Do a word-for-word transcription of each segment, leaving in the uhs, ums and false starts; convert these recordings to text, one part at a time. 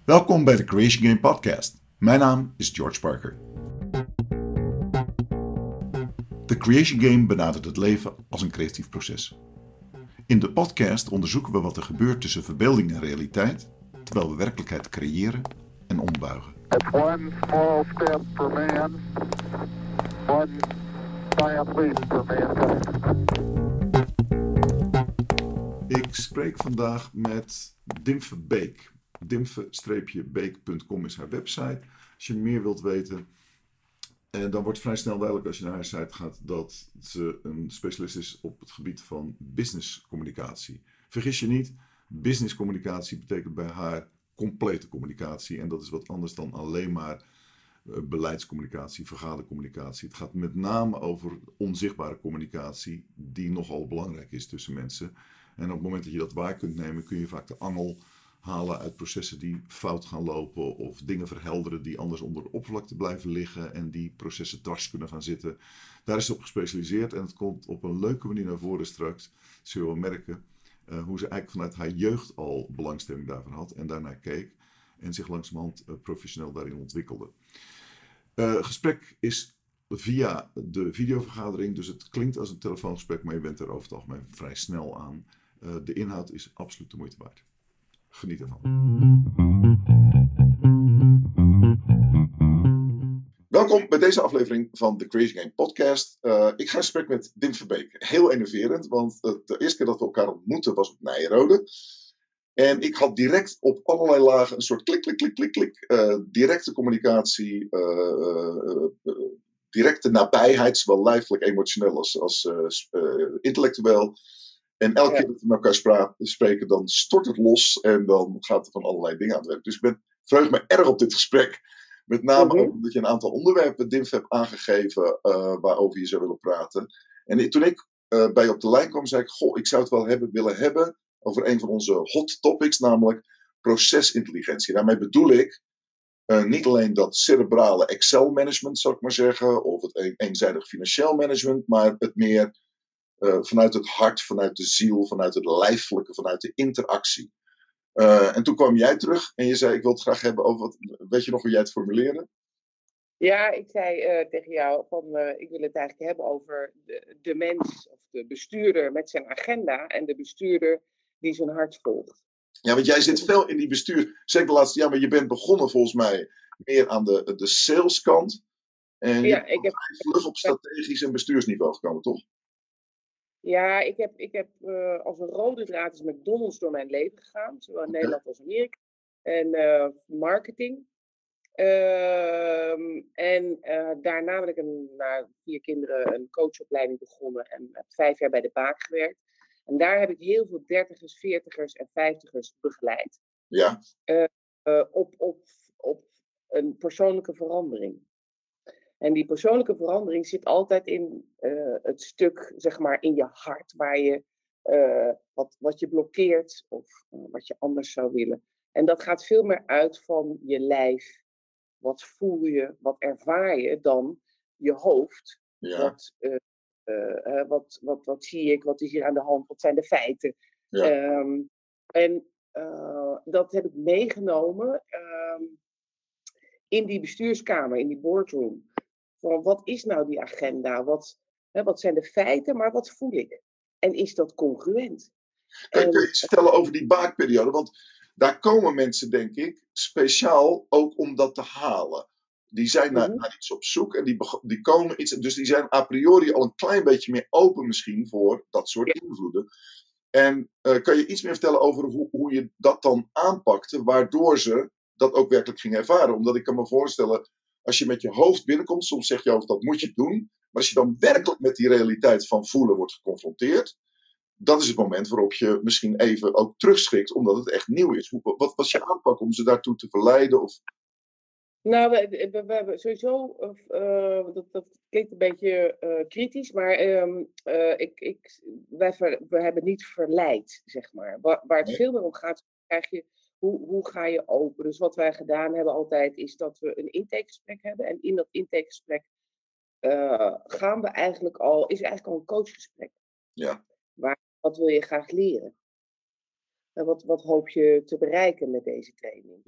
Welkom bij de Creation Game Podcast. Mijn naam is George Parker. De Creation Game benadert het leven als een creatief proces. In de podcast onderzoeken we wat er gebeurt tussen verbeelding en realiteit, terwijl we werkelijkheid creëren en ombuigen. One small step for man, one giant leap for mankind. Ik spreek vandaag met Dimfe Beek. dimfe beek punt com is haar website. Als je meer wilt weten, en dan wordt vrij snel duidelijk als je naar haar site gaat dat ze een specialist is op het gebied van businesscommunicatie. Vergis je niet, businesscommunicatie betekent bij haar complete communicatie. En dat is wat anders dan alleen maar uh, beleidscommunicatie, vergadercommunicatie. Het gaat met name over onzichtbare communicatie die nogal belangrijk is tussen mensen. En op het moment dat je dat waar kunt nemen, kun je vaak de angel halen uit processen die fout gaan lopen of dingen verhelderen die anders onder de oppervlakte blijven liggen en die processen dwars kunnen gaan zitten. Daar is ze op gespecialiseerd en het komt op een leuke manier naar voren straks. Zul je wel merken uh, hoe ze eigenlijk vanuit haar jeugd al belangstelling daarvoor had en daarnaar keek en zich langzamerhand uh, professioneel daarin ontwikkelde. Uh, het gesprek is via de videovergadering, dus het klinkt als een telefoongesprek, maar je bent er over het algemeen vrij snel aan. Uh, de inhoud is absoluut de moeite waard. Geniet ervan. Welkom bij deze aflevering van de Creation Game Podcast. Uh, ik ga in gesprek met Dimfe Beek. Heel enerverend, want uh, de eerste keer dat we elkaar ontmoetten was op Nijrode. En ik had direct op allerlei lagen een soort klik, klik, klik, klik, klik. Uh, directe communicatie, uh, uh, uh, directe nabijheid, zowel lijfelijk, emotioneel als, als uh, uh, intellectueel. En elke ja. keer dat we met elkaar spra- spreken, dan stort het los en dan gaat er van allerlei dingen aan het werk. Dus ik ben, vreug me erg op dit gesprek. Met name mm-hmm. ook omdat je een aantal onderwerpen, Dimfe, hebt aangegeven uh, waarover je zou willen praten. En toen ik uh, bij je op de lijn kwam, zei ik, goh, ik zou het wel hebben, willen hebben over een van onze hot topics, namelijk procesintelligentie. Daarmee bedoel ik uh, niet alleen dat cerebrale Excel-management, zou ik maar zeggen, of het een- eenzijdig financieel management, maar het meer Uh, vanuit het hart, vanuit de ziel, vanuit het lijfelijke, vanuit de interactie. Uh, en toen kwam jij terug en je zei, ik wil het graag hebben over wat... Weet je nog hoe jij het formuleerde? Ja, ik zei uh, tegen jou, van, uh, ik wil het eigenlijk hebben over de, de mens, of de bestuurder met zijn agenda en de bestuurder die zijn hart volgt. Ja, want jij zit veel in die bestuur. Zeker de laatste jaar, maar je bent begonnen volgens mij meer aan de, de saleskant. En je ja, bent ik heb vlug op strategisch en bestuursniveau gekomen, toch? Ja, ik heb, ik heb uh, als een rode draad is McDonald's door mijn leven gegaan. Zowel in Nederland als Amerika. En uh, marketing. Uh, en uh, daarna ben ik een, na vier kinderen een coachopleiding begonnen. En heb vijf jaar bij de Baak gewerkt. En daar heb ik heel veel dertigers, veertigers en vijftigers begeleid. Ja. Uh, uh, op, op, op een persoonlijke verandering. En die persoonlijke verandering zit altijd in uh, het stuk, zeg maar, in je hart, waar je, uh, wat, wat je blokkeert of uh, wat je anders zou willen. En dat gaat veel meer uit van je lijf. Wat voel je, wat ervaar je dan je hoofd? Ja. Wat, uh, uh, uh, wat, wat, wat zie ik, wat is hier aan de hand, wat zijn de feiten? Ja. Um, en uh, dat heb ik meegenomen um, in die bestuurskamer, in die boardroom. Van wat is nou die agenda? Wat, hè, wat zijn de feiten, maar wat voel ik? En is dat congruent? Kun je, kun je iets vertellen over die baakperiode? Want daar komen mensen, denk ik, speciaal ook om dat te halen. Die zijn naar, mm-hmm. naar iets op zoek en die, die komen iets. Dus die zijn a priori al een klein beetje meer open misschien voor dat soort ja. invloeden. En uh, kan je iets meer vertellen over hoe, hoe je dat dan aanpakte, waardoor ze dat ook werkelijk gingen ervaren? Omdat ik kan me voorstellen, als je met je hoofd binnenkomt, soms zeg je hoofd dat moet je doen. Maar als je dan werkelijk met die realiteit van voelen wordt geconfronteerd, dat is het moment waarop je misschien even ook terugschrikt, omdat het echt nieuw is. Wat was je aanpak om ze daartoe te verleiden? Of... Nou, we, we, we hebben sowieso, uh, dat, dat klinkt een beetje uh, kritisch, maar um, uh, ik, ik, wij ver, we hebben niet verleid, zeg maar. Waar, waar het nee. veel meer om gaat, krijg je, hoe, hoe ga je open? Dus wat wij gedaan hebben altijd, is dat we een intakegesprek hebben. En in dat intakegesprek uh, gaan we eigenlijk al, is eigenlijk al een coachgesprek. Ja. Waar, wat wil je graag leren? En wat, wat hoop je te bereiken met deze training? Ja.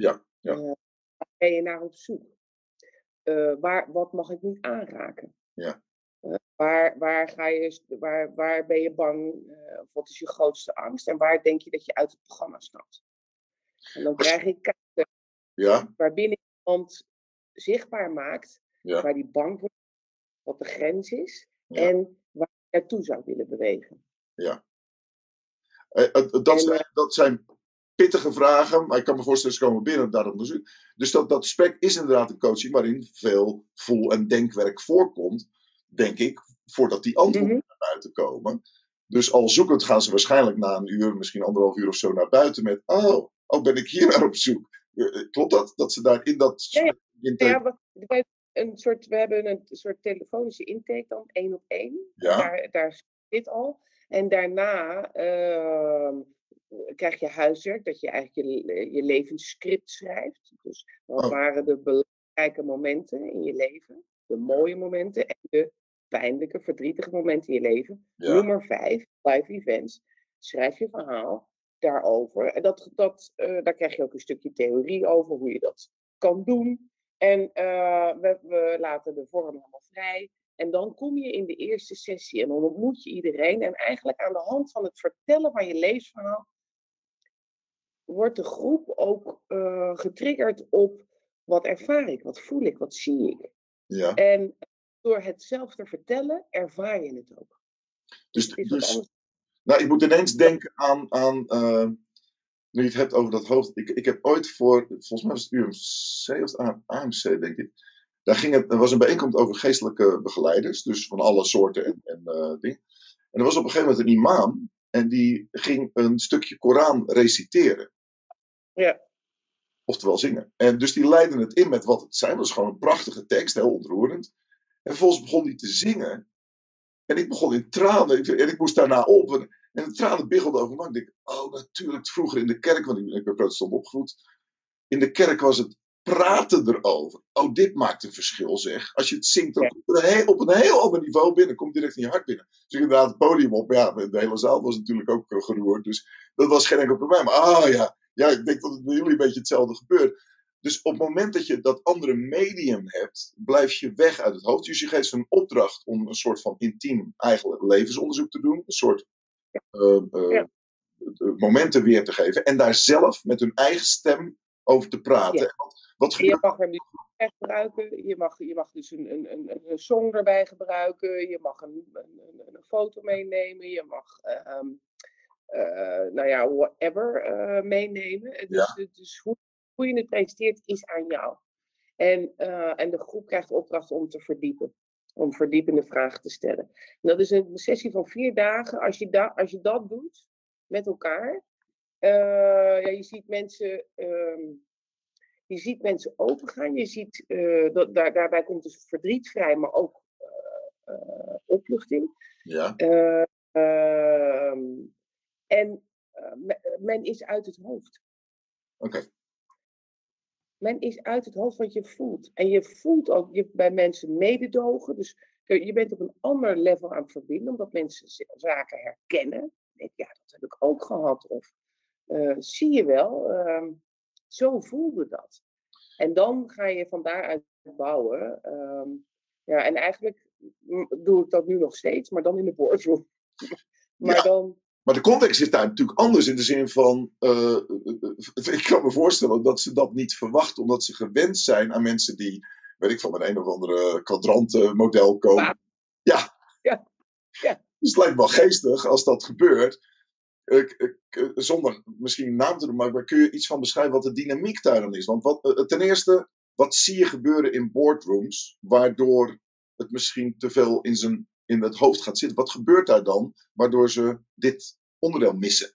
Ja. Uh, waar ben je naar op zoek? Uh, waar, wat mag ik niet aanraken? Ja. Uh, waar, waar, ga je, waar, waar ben je bang? Uh, wat is je grootste angst? En waar denk je dat je uit het programma stapt? En dan krijg ik kaarten ja. waarbinnen iemand zichtbaar maakt ja. waar die bang voor is, wat de grens is ja. en waar je naartoe zou willen bewegen. Ja. Uh, uh, dat, en, zijn, dat zijn pittige vragen, maar ik kan me voorstellen ze komen binnen daar onderzoek. Dus dat, dat gesprek is inderdaad een coaching waarin veel voel- en denkwerk voorkomt, denk ik, voordat die antwoorden mm-hmm. naar buiten komen. Dus al zoekend gaan ze waarschijnlijk na een uur, misschien anderhalf uur of zo naar buiten met, oh, oh ben ik hier naar op zoek? Uh, klopt dat? Dat ze daar in dat gesprek... Ja, ja, we, we, een soort, we hebben een soort telefonische intake dan, één op één. Ja. Daar, daar zit al. En daarna uh, krijg je huiswerk, dat je eigenlijk je, je levensscript schrijft. Dus wat oh. waren de belangrijke momenten in je leven? De mooie momenten en de pijnlijke, verdrietige momenten in je leven. Ja. Nummer vijf, live events. Schrijf je verhaal daarover. En dat, dat, uh, daar krijg je ook een stukje theorie over, hoe je dat kan doen. En uh, we, we laten de vorm helemaal vrij. En dan kom je in de eerste sessie en dan ontmoet je iedereen. En eigenlijk aan de hand van het vertellen van je levensverhaal wordt de groep ook uh, getriggerd op wat ervaar ik, wat voel ik, wat zie ik. Ja. En door het zelf te vertellen, ervaar je het ook. Dus, het dus nou, ik moet ineens denken aan, aan uh, nu je het hebt over dat hoofd. Ik, ik heb ooit voor, volgens mij was het U M C of het A M C, denk ik. Daar ging het, er was een bijeenkomst over geestelijke begeleiders, dus van alle soorten en, en uh, dingen. En er was op een gegeven moment een imam en die ging een stukje Koran reciteren. Ja. Oftewel zingen. En dus die leidden het in met wat het zijn. Dat was gewoon een prachtige tekst, heel ontroerend. En vervolgens begon hij te zingen. En ik begon in tranen. En ik moest daarna op. En, en de tranen biggelden over me. Ik dacht, oh natuurlijk, vroeger in de kerk, want ik, ik ben protestant opgevoed. In de kerk was het praten erover. Oh, dit maakt een verschil, zeg. Als je het zingt, dan komt het heel, op een heel ander niveau binnen. Komt direct in je hart binnen. Dus ik inderdaad het podium op. Ja, de hele zaal was natuurlijk ook geroerd. Dus dat was geen enkel probleem. Maar ah ja, ja, ik denk dat het bij jullie een beetje hetzelfde gebeurt. Dus op het moment dat je dat andere medium hebt, blijf je weg uit het hoofd. Dus je geeft ze een opdracht om een soort van intiem eigenlijk levensonderzoek te doen. Een soort uh, uh, ja. momenten weer te geven. En daar zelf met hun eigen stem over te praten. Ja. Wat, wat je mag er muziek bij gebruiken. Je mag, je mag dus een, een, een, een song erbij gebruiken. Je mag een, een, een foto meenemen. Je mag... Um, Uh, nou ja, whatever uh, meenemen. Dus, ja. dus hoe, hoe je het presenteert is aan jou. En, uh, en de groep krijgt de opdracht om te verdiepen. Om verdiepende vragen te stellen. En dat is een sessie van vier dagen. Als je, da- als je dat doet met elkaar. Uh, ja, je ziet mensen... Um, je ziet mensen opengaan. Je ziet, uh, dat, daar, daarbij komt dus verdriet vrij, maar ook uh, uh, opluchting. Ja. Uh, uh, En uh, men is uit het hoofd. Oké. Okay. Men is uit het hoofd wat je voelt. En je voelt ook je, bij mensen mededogen. Dus je bent op een ander level aan het verbinden. Omdat mensen zaken herkennen. Denk, ja, dat heb ik ook gehad. Of uh, zie je wel. Uh, zo voelde dat. En dan ga je van daaruit bouwen. Um, ja, en eigenlijk doe ik dat nu nog steeds. Maar dan in de boardroom. maar ja. dan... Maar de context is daar natuurlijk anders in de zin van, uh, ik kan me voorstellen dat ze dat niet verwachten, omdat ze gewend zijn aan mensen die, weet ik van, met een of andere kwadrantenmodel komen. Ah. Ja. Ja. Ja. Dus het lijkt wel geestig als dat gebeurt. Uh, uh, zonder misschien naam te doen, maar kun je iets van beschrijven wat de dynamiek daar dan is? Want wat, uh, ten eerste, wat zie je gebeuren in boardrooms, waardoor het misschien te veel in zijn in het hoofd gaat zitten. Wat gebeurt daar dan, waardoor ze dit onderdeel missen?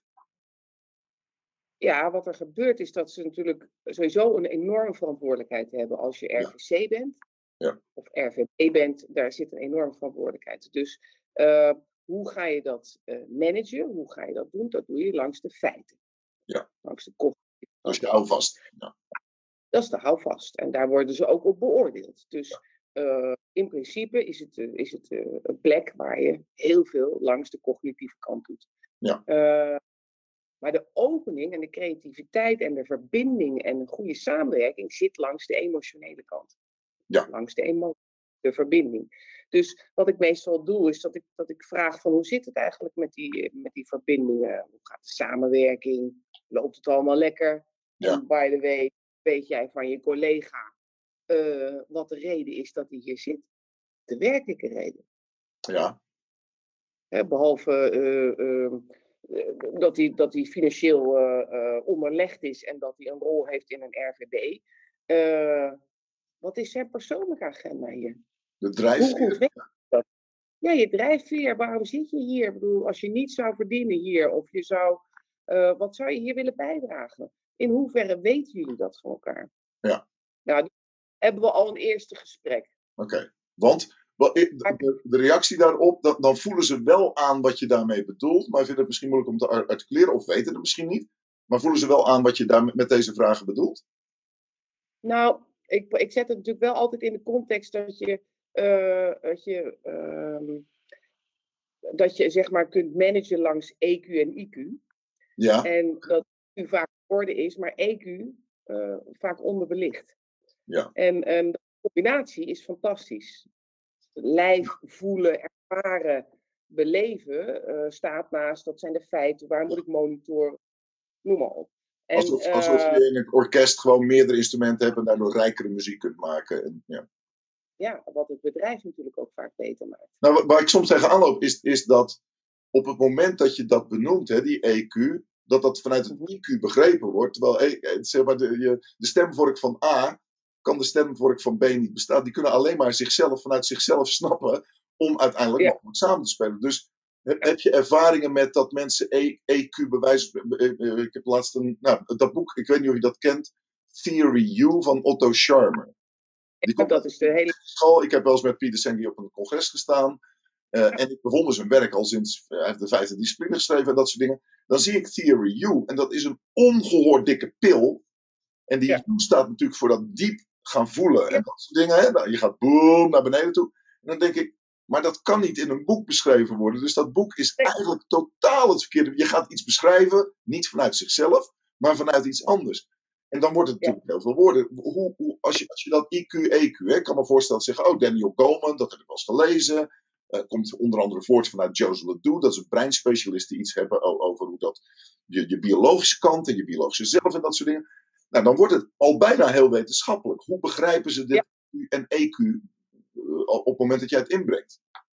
Ja, wat er gebeurt is dat ze natuurlijk sowieso een enorme verantwoordelijkheid hebben als je R V C ja. bent. Ja. Of R V B bent, daar zit een enorme verantwoordelijkheid. Dus uh, hoe ga je dat uh, managen? Hoe ga je dat doen? Dat doe je langs de feiten. Ja. Langs de kosten. Dat is de houvast. Ja. Dat is de houvast. En daar worden ze ook op beoordeeld. Dus uh, in principe is het, uh, is het uh, een plek waar je heel veel langs de cognitieve kant doet. Ja. Uh, Maar de opening en de creativiteit en de verbinding en een goede samenwerking zit langs de emotionele kant. Ja. Langs de emotie, de verbinding. Dus wat ik meestal doe, is dat ik, dat ik vraag van hoe zit het eigenlijk met die, met die verbindingen? Hoe gaat de samenwerking? Loopt het allemaal lekker? Ja. En by the way, weet jij van je collega uh, wat de reden is dat hij hier zit? De werkelijke reden. Ja. Hè, behalve uh, uh, uh, dat, hij, dat hij financieel uh, uh, onderlegd is en dat hij een rol heeft in een R V D. Uh, wat is zijn persoonlijke agenda hier? De drijfveer. Hoe goed weet je dat? Ja, je drijfveer. Waarom zit je hier? Ik bedoel, als je niet zou verdienen hier, of je zou, uh, wat zou je hier willen bijdragen? In hoeverre weten jullie dat van elkaar? Ja. Nou, dan hebben we al een eerste gesprek. Oké, okay. Want de, de reactie daarop, dan, dan voelen ze wel aan wat je daarmee bedoelt, maar vinden het misschien moeilijk om te articuleren, of weten het misschien niet. Maar voelen ze wel aan wat je daar met deze vragen bedoelt? Nou, ik, ik zet het natuurlijk wel altijd in de context dat je, uh, dat je, uh, dat je zeg maar kunt managen langs E Q en I Q. Ja. En dat I Q vaak orde is, maar E Q uh, vaak onderbelicht. Ja. En, en de combinatie is fantastisch. Lijf, voelen, ervaren, beleven uh, staat naast, dat zijn de feiten, waar moet ik monitoren, noem maar op. En, alsof, alsof je in het orkest gewoon meerdere instrumenten hebt en daardoor rijkere muziek kunt maken. En, ja. ja, wat het bedrijf natuurlijk ook vaak beter maakt. Nou, waar ik soms tegenaan loop, is, is dat op het moment dat je dat benoemt, hè, die E Q, dat dat vanuit het I Q begrepen wordt. Terwijl zeg maar, de, je, de stemvork van A kan de stemvork van B niet bestaan. Die kunnen alleen maar zichzelf vanuit zichzelf snappen om uiteindelijk ja. nog samen te spelen. Dus heb, heb je ervaringen met dat mensen E, EQ bewijzen? Ik heb laatst een, nou, dat boek, ik weet niet of je dat kent, Theory U van Otto Scharmer. Die ja, dat is de hele school. Ik heb wel eens met Peter Senge op een congres gestaan. Uh, ja. En ik bewonder zijn werk al sinds, uh, hij heeft de vijfde discipline geschreven en dat soort dingen. Dan zie ik Theory U en dat is een ongehoord dikke pil. En die ja. U staat natuurlijk voor dat diep gaan voelen ja. en dat soort dingen. Hè? Nou, je gaat boom naar beneden toe. En dan denk ik, maar dat kan niet in een boek beschreven worden. Dus dat boek is nee. eigenlijk totaal het verkeerde. Je gaat iets beschrijven, niet vanuit zichzelf, maar vanuit iets anders. En dan wordt het ja. natuurlijk heel veel woorden. Hoe, hoe, als, je, als je dat I Q, E Q, hè, kan me voorstellen zeggen, oh, Daniel Goleman, dat heb ik wel eens gelezen. Uh, komt onder andere voort vanuit Joseph Ledoux. Dat is een breinspecialist die iets hebben over hoe dat je, je biologische kant en je biologische zelf en dat soort dingen. Nou, dan wordt het al bijna heel wetenschappelijk. Hoe begrijpen ze dit ja. en E Q uh, op het moment dat jij het inbrengt?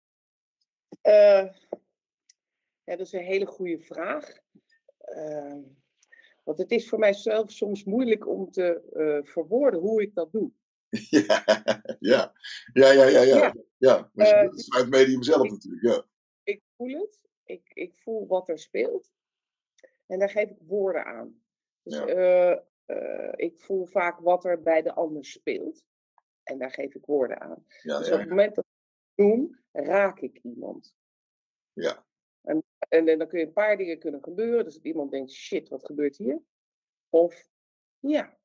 Uh, ja, dat is een hele goede vraag. Uh, want het is voor mijzelf soms moeilijk om te uh, verwoorden hoe ik dat doe. Ja, ja, ja, ja, ja. ja. ja. ja. Maar uh, het is uit het medium zelf ik, natuurlijk, ja. Ik voel het. Ik, ik voel wat er speelt. En daar geef ik woorden aan. Dus ja. uh, uh, ik voel vaak wat er bij de ander speelt. En daar geef ik woorden aan. Ja, dus ja, op het moment dat ik het doe, raak ik iemand. Ja. En, en, en dan kun je een paar dingen kunnen gebeuren. Dus dat iemand denkt, shit, wat gebeurt hier? Of, ja,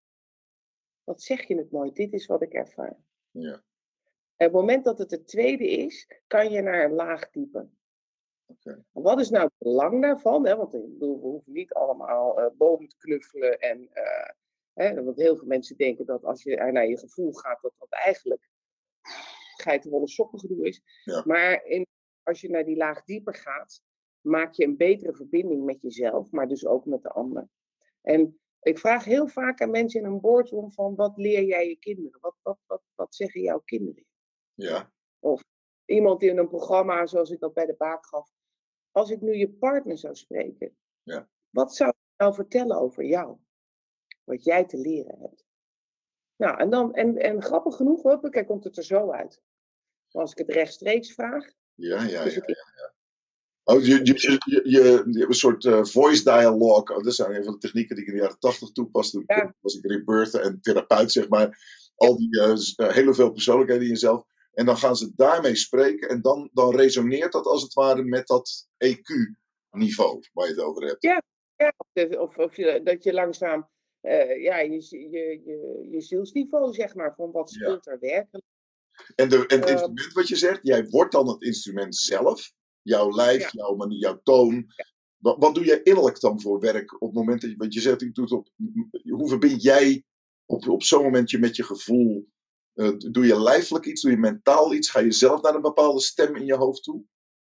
wat zeg je het nooit? Dit is wat ik ervaar. Ja. En op het moment dat het het tweede is, kan je naar een laag typen. Okay. Wat is nou het belang daarvan? Hè? Want ik bedoel, we hoeven niet allemaal uh, bomen te knuffelen. En, uh, hè, want heel veel mensen denken dat als je naar je gevoel gaat, dat dat eigenlijk geitenwolle sokken gedoe is. Ja. Maar in, als je naar die laag dieper gaat, maak je een betere verbinding met jezelf, maar dus ook met de ander. En ik vraag heel vaak aan mensen in een boardroom van, wat leer jij je kinderen? Wat, wat, wat, wat zeggen jouw kinderen? Ja. Of iemand in een programma, zoals ik dat bij de Baak gaf. Als ik nu je partner zou spreken, ja. wat zou ik nou vertellen over jou? Wat jij te leren hebt. Nou, en, dan, en, en grappig genoeg, hoppakee, komt het er zo uit. Maar als ik het rechtstreeks vraag. Ja, ja, is ja. het... ja, ja. Oh, je, je, je, je, je, je een soort uh, voice dialogue. Oh, dat zijn een van de technieken die ik in de jaren tachtig toepaste. Toen ja. was ik rebirther en therapeut, zeg maar. Al die uh, hele veel persoonlijkheden in jezelf. En dan gaan ze daarmee spreken. En dan, dan resoneert dat als het ware met dat E Q-niveau waar je het over hebt. Ja, ja. Of, of je, dat je langzaam uh, ja, je, je, je, je zielsniveau, zeg maar, van wat speelt ja. er werkelijk. En, de, en het uh, instrument wat je zegt, jij wordt dan het instrument zelf. Jouw lijf, ja. jouw manier, jouw toon. Ja. Wat, wat doe jij innerlijk dan voor werk op het moment dat je, want je zegt, ik doe het op, hoe verbind jij op, op zo'n moment je met je gevoel? Uh, doe je lijfelijk iets? Doe je mentaal iets? Ga je zelf naar een bepaalde stem in je hoofd toe?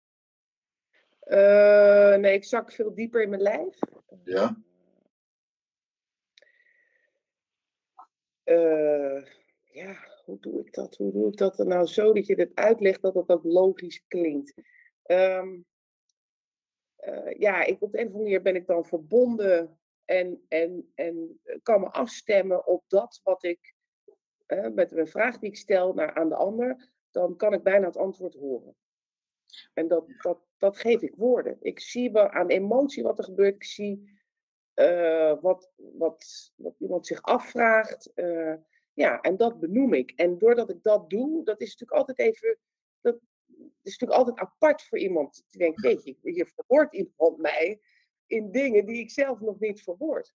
Uh, nee, ik zak veel dieper in mijn lijf. Ja. Uh, ja, hoe doe ik dat? Hoe doe ik dat er nou zo dat je het uitlegt dat het ook logisch klinkt? Um, uh, ja, ik, op de een of andere manier ben ik dan verbonden en, en, en kan me afstemmen op dat wat ik, uh, met een vraag die ik stel naar, aan de ander, dan kan ik bijna het antwoord horen. En dat, dat, dat geef ik woorden. Ik zie wel aan emotie wat er gebeurt. Ik zie uh, wat, wat, wat iemand zich afvraagt. Uh, ja, en dat benoem ik. En doordat ik dat doe, dat is natuurlijk altijd even... Dat is natuurlijk altijd apart voor iemand. Die denkt, jeetje, je verwoordt iemand mij in dingen die ik zelf nog niet verwoord.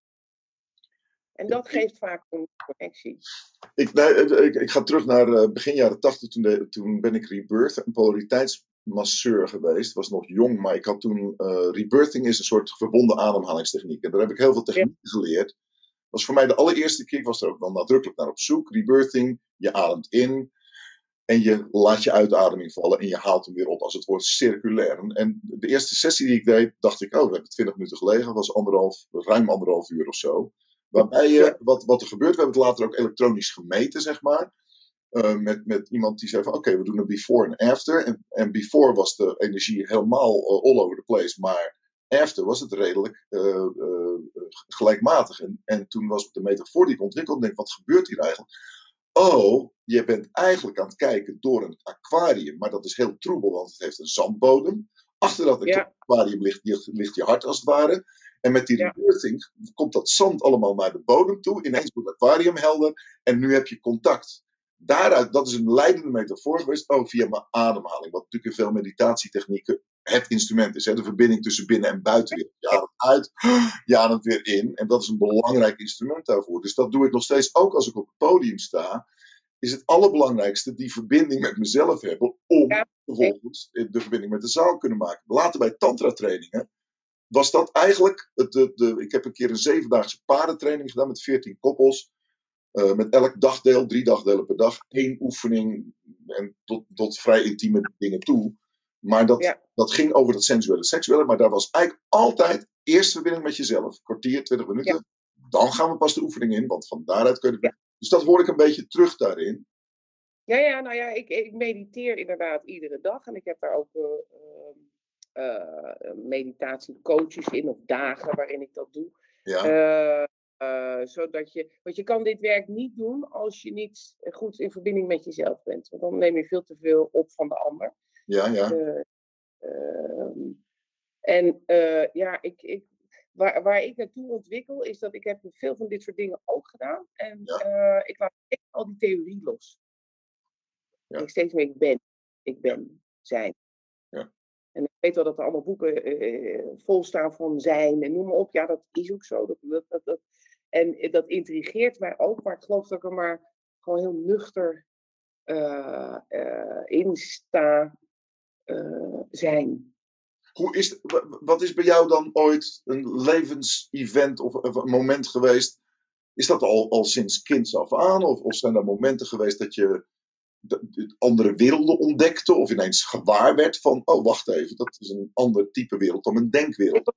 En dat geeft vaak een connectie. Ik, nee, ik, ik ga terug naar uh, begin jaren tachtig. Toen, de, toen ben ik rebirth, een polariteitsmasseur geweest. Ik was nog jong, maar ik had toen... Uh, rebirthing is een soort verbonden ademhalingstechniek. En daar heb ik heel veel technieken ja. geleerd. Dat was voor mij de allereerste keer. Ik was er ook wel nadrukkelijk naar op zoek. Rebirthing, je ademt in. En je laat je uitademing vallen en je haalt hem weer op als het wordt circulair. En de eerste sessie die ik deed, dacht ik, oh, we hebben twintig minuten gelegen. Dat was anderhalf, ruim anderhalf uur of zo. Waarbij je, ja. wat, wat er gebeurt, we hebben het later ook elektronisch gemeten, zeg maar. Uh, met, met iemand die zei van, oké, okay, we doen een before en after. En, en before was de energie helemaal uh, all over the place. Maar after was het redelijk uh, uh, gelijkmatig. En, en toen was de metafoor die ik ontwikkelde, denk ik, wat gebeurt hier eigenlijk? Oh, je bent eigenlijk aan het kijken door een aquarium. Maar dat is heel troebel, want het heeft een zandbodem. Achter dat ja. aquarium ligt, ligt je hart als het ware. En met die rebirthing ja. komt dat zand allemaal naar de bodem toe. Ineens wordt het aquarium helder. En nu heb je contact. Daaruit, dat is een leidende metafoor geweest. Oh, via mijn ademhaling. Wat natuurlijk in veel meditatietechnieken het instrument is. Hè? De verbinding tussen binnen en buiten. Je ademt uit, je ademt weer in. En dat is een belangrijk instrument daarvoor. Dus dat doe ik nog steeds. Ook als ik op het podium sta. Is het allerbelangrijkste die verbinding met mezelf hebben. Om ja. vervolgens de verbinding met de zaal kunnen maken. Later bij tantra trainingen. Was dat eigenlijk, het, de, de, ik heb een keer een zevendaagse paardentraining gedaan met veertien koppels. Uh, met elk dagdeel, drie dagdelen per dag, één oefening en tot, tot vrij intieme dingen toe. Maar dat, ja. dat ging over dat sensuele, seksuele, maar daar was eigenlijk altijd eerst verbinding met jezelf, kwartier, twintig minuten. Ja. Dan gaan we pas de oefening in, want van daaruit kun je... Ja. Dus dat hoor ik een beetje terug daarin. Ja, ja, nou ja, ik, ik mediteer inderdaad iedere dag en ik heb daar ook... Uh, uh... Uh, meditatiecoaches in of dagen waarin ik dat doe. Ja. Uh, uh, zodat je, want je kan dit werk niet doen als je niet goed in verbinding met jezelf bent. Want dan neem je veel te veel op van de ander. Ja, ja. Uh, uh, en uh, ja, ik, ik, waar, waar ik naartoe ontwikkel is dat ik heb veel van dit soort dingen ook gedaan. En ja. uh, ik laat al die theorie los. Ja. Ik steeds meer ik ben. Ik ben. Ja. Zijn. Ja. En ik weet wel dat er allemaal boeken uh, vol staan van zijn en noem maar op. Ja, dat is ook zo. Dat, dat, dat, dat. En dat intrigeert mij ook. Maar ik geloof dat ik er maar gewoon heel nuchter uh, uh, in sta uh, zijn. Hoe is, wat is bij jou dan ooit een levensevent of, of een moment geweest? Is dat al, al sinds kinds af aan? Of, of zijn er momenten geweest dat je de, de andere werelden ontdekte of ineens gewaar werd van, oh wacht even, dat is een ander type wereld dan een denkwereld?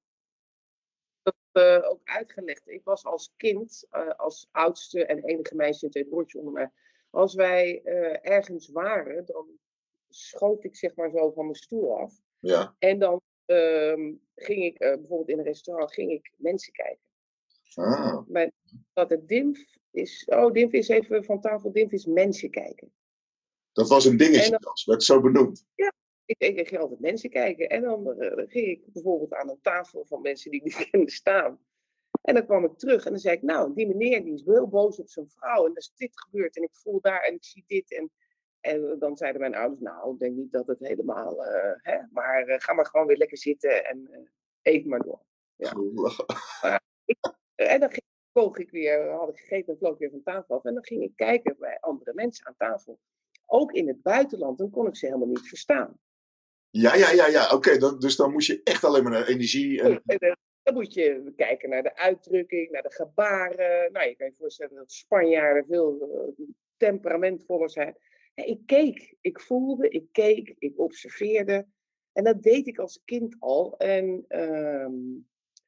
Dat uh, ook uitgelegd. Ik was als kind, uh, als oudste en enige meisje en twee broertjes onder mij. Als wij uh, ergens waren, dan schoot ik zeg maar zo van mijn stoel af. Ja. En dan uh, ging ik, uh, bijvoorbeeld in een restaurant, ging ik mensen kijken. Ah. Mijn, dat het D I M F is, oh D I M F is even van tafel, D I M F is mensen kijken. Dat was een dingetje, dan, dat werd zo benoemd. Ja, ik, ik, ik ging altijd mensen kijken. En dan uh, ging ik bijvoorbeeld aan een tafel van mensen die ik niet kende staan. En dan kwam ik terug en dan zei ik, nou, die meneer die is heel boos op zijn vrouw. En er is dit gebeurd en ik voel daar en ik zie dit. En, en dan zeiden mijn ouders, nou, ik denk niet dat het helemaal... Uh, hè, maar uh, ga maar gewoon weer lekker zitten en uh, eet maar door. Ja. Maar ik, uh, en dan ging, vloog ik weer, had ik gegeten en vloog ik weer van tafel af. En dan ging ik kijken bij andere mensen aan tafel. Ook in het buitenland, dan kon ik ze helemaal niet verstaan. Ja, ja, ja, ja. Oké, okay, dan, dus dan moest je echt alleen maar naar energie en... En, uh, dan moet je kijken naar de uitdrukking, naar de gebaren. Nou, je kan je voorstellen dat Spanjaarden veel uh, temperamentvoller zijn. Ja, ik keek, ik voelde, ik keek, ik observeerde. En dat deed ik als kind al. En, um,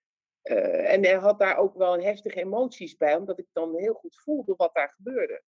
uh, en er had daar ook wel een heftige emoties bij, omdat ik dan heel goed voelde wat daar gebeurde.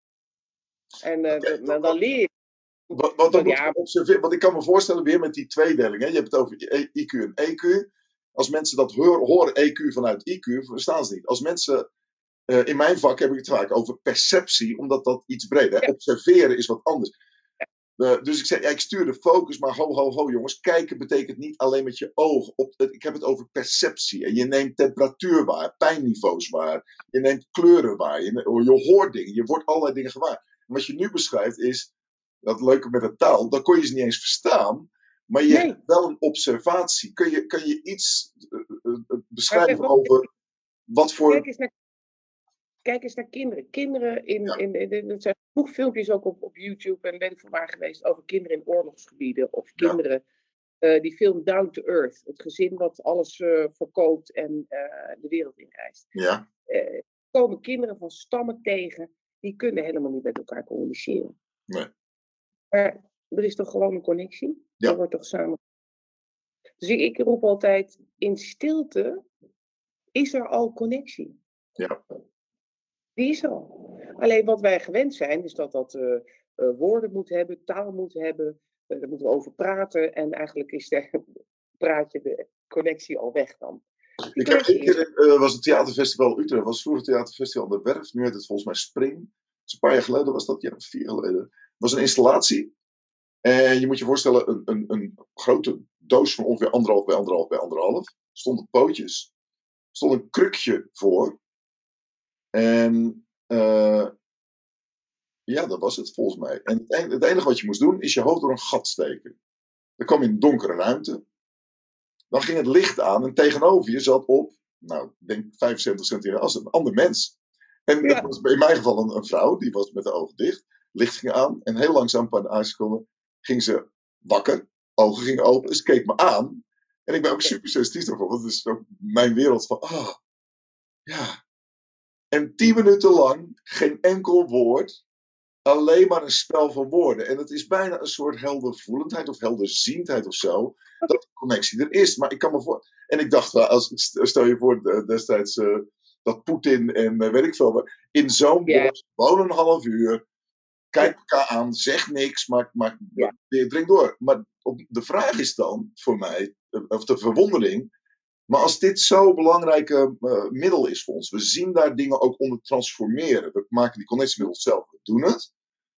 En uh, okay, dan, dan leer je. Wat, wat dan ja, observeren, want ik kan me voorstellen weer met die tweedeling. Hè? Je hebt het over I Q en E Q. Als mensen dat horen, horen E Q vanuit I Q, verstaan ze niet. Als mensen, uh, in mijn vak heb ik het vaak over perceptie, omdat dat iets breder is. Ja. Observeren is wat anders. Uh, dus ik zei, ja, ik stuur de focus, maar ho, ho, ho jongens. Kijken betekent niet alleen met je oog. Op, ik heb het over perceptie. En je neemt temperatuur waar, pijnniveaus waar. Je neemt kleuren waar. Je, je hoort dingen, je wordt allerlei dingen gewaar. En wat je nu beschrijft is, dat leuke met de taal, dan kon je ze niet eens verstaan. Maar je nee. hebt wel een observatie. Kun je, kun je iets uh, uh, beschrijven kijk, over wat voor... Kijk eens naar, kijk eens naar kinderen. Kinderen in... Ja. in, in, in er zijn genoeg filmpjes ook op, op YouTube en weet ik van waar geweest over kinderen in oorlogsgebieden. Of kinderen... Ja. Uh, die film Down to Earth. Het gezin wat alles uh, verkoopt en uh, de wereld inreist. Ja. Uh, komen kinderen van stammen tegen. Die kunnen helemaal niet met elkaar communiceren. Nee. Maar er is toch gewoon een connectie? Ja. Er wordt toch samen... Dus ik, ik roep altijd, in stilte is er al connectie. Ja. Die is er al. Alleen wat wij gewend zijn, is dat dat uh, uh, woorden moet hebben, taal moet hebben. Uh, daar moeten we over praten. En eigenlijk is de, praat je de connectie al weg dan. Ik heb één keer, uh, was het theaterfestival Utrecht, was vroeger het theaterfestival aan de Werf. Nu heet het volgens mij Spring. Dus een paar jaar geleden was dat, ja, vier jaar geleden. Het was een installatie. En je moet je voorstellen, een, een, een grote doos van ongeveer anderhalf bij anderhalf bij anderhalf. Stonden pootjes. Er stond een krukje voor. En uh, ja, dat was het volgens mij. En het enige, het enige wat je moest doen, is je hoofd door een gat steken. Dan kwam je in een donkere ruimte. Dan ging het licht aan en tegenover je zat op, nou, ik denk vijfenzeventig centimeter als een ander mens. En ja. Het was in mijn geval een, een vrouw, die was met de ogen dicht. Licht ging aan en heel langzaam, een paar seconden, ging ze wakker. Ogen gingen open, ze keek me aan. En ik ben ook super sensitief daarvoor, want het is ook mijn wereld van, ah, oh, ja. En tien minuten lang, geen enkel woord, alleen maar een spel van woorden. En het is bijna een soort heldervoelendheid of helderziendheid of zo, dat de connectie er is. Maar ik kan me voor... En ik dacht wel, als, stel je voor destijds uh, dat Poetin en uh, weet ik veel, in zo'n yeah. bos, woon een half uur, kijk elkaar aan, zeg niks, maar, maar yeah. drink door. Maar op, de vraag is dan, voor mij, of de verwondering, maar als dit zo'n belangrijke uh, middel is voor ons, we zien daar dingen ook onder transformeren, we maken die connectie met onszelf, we doen het.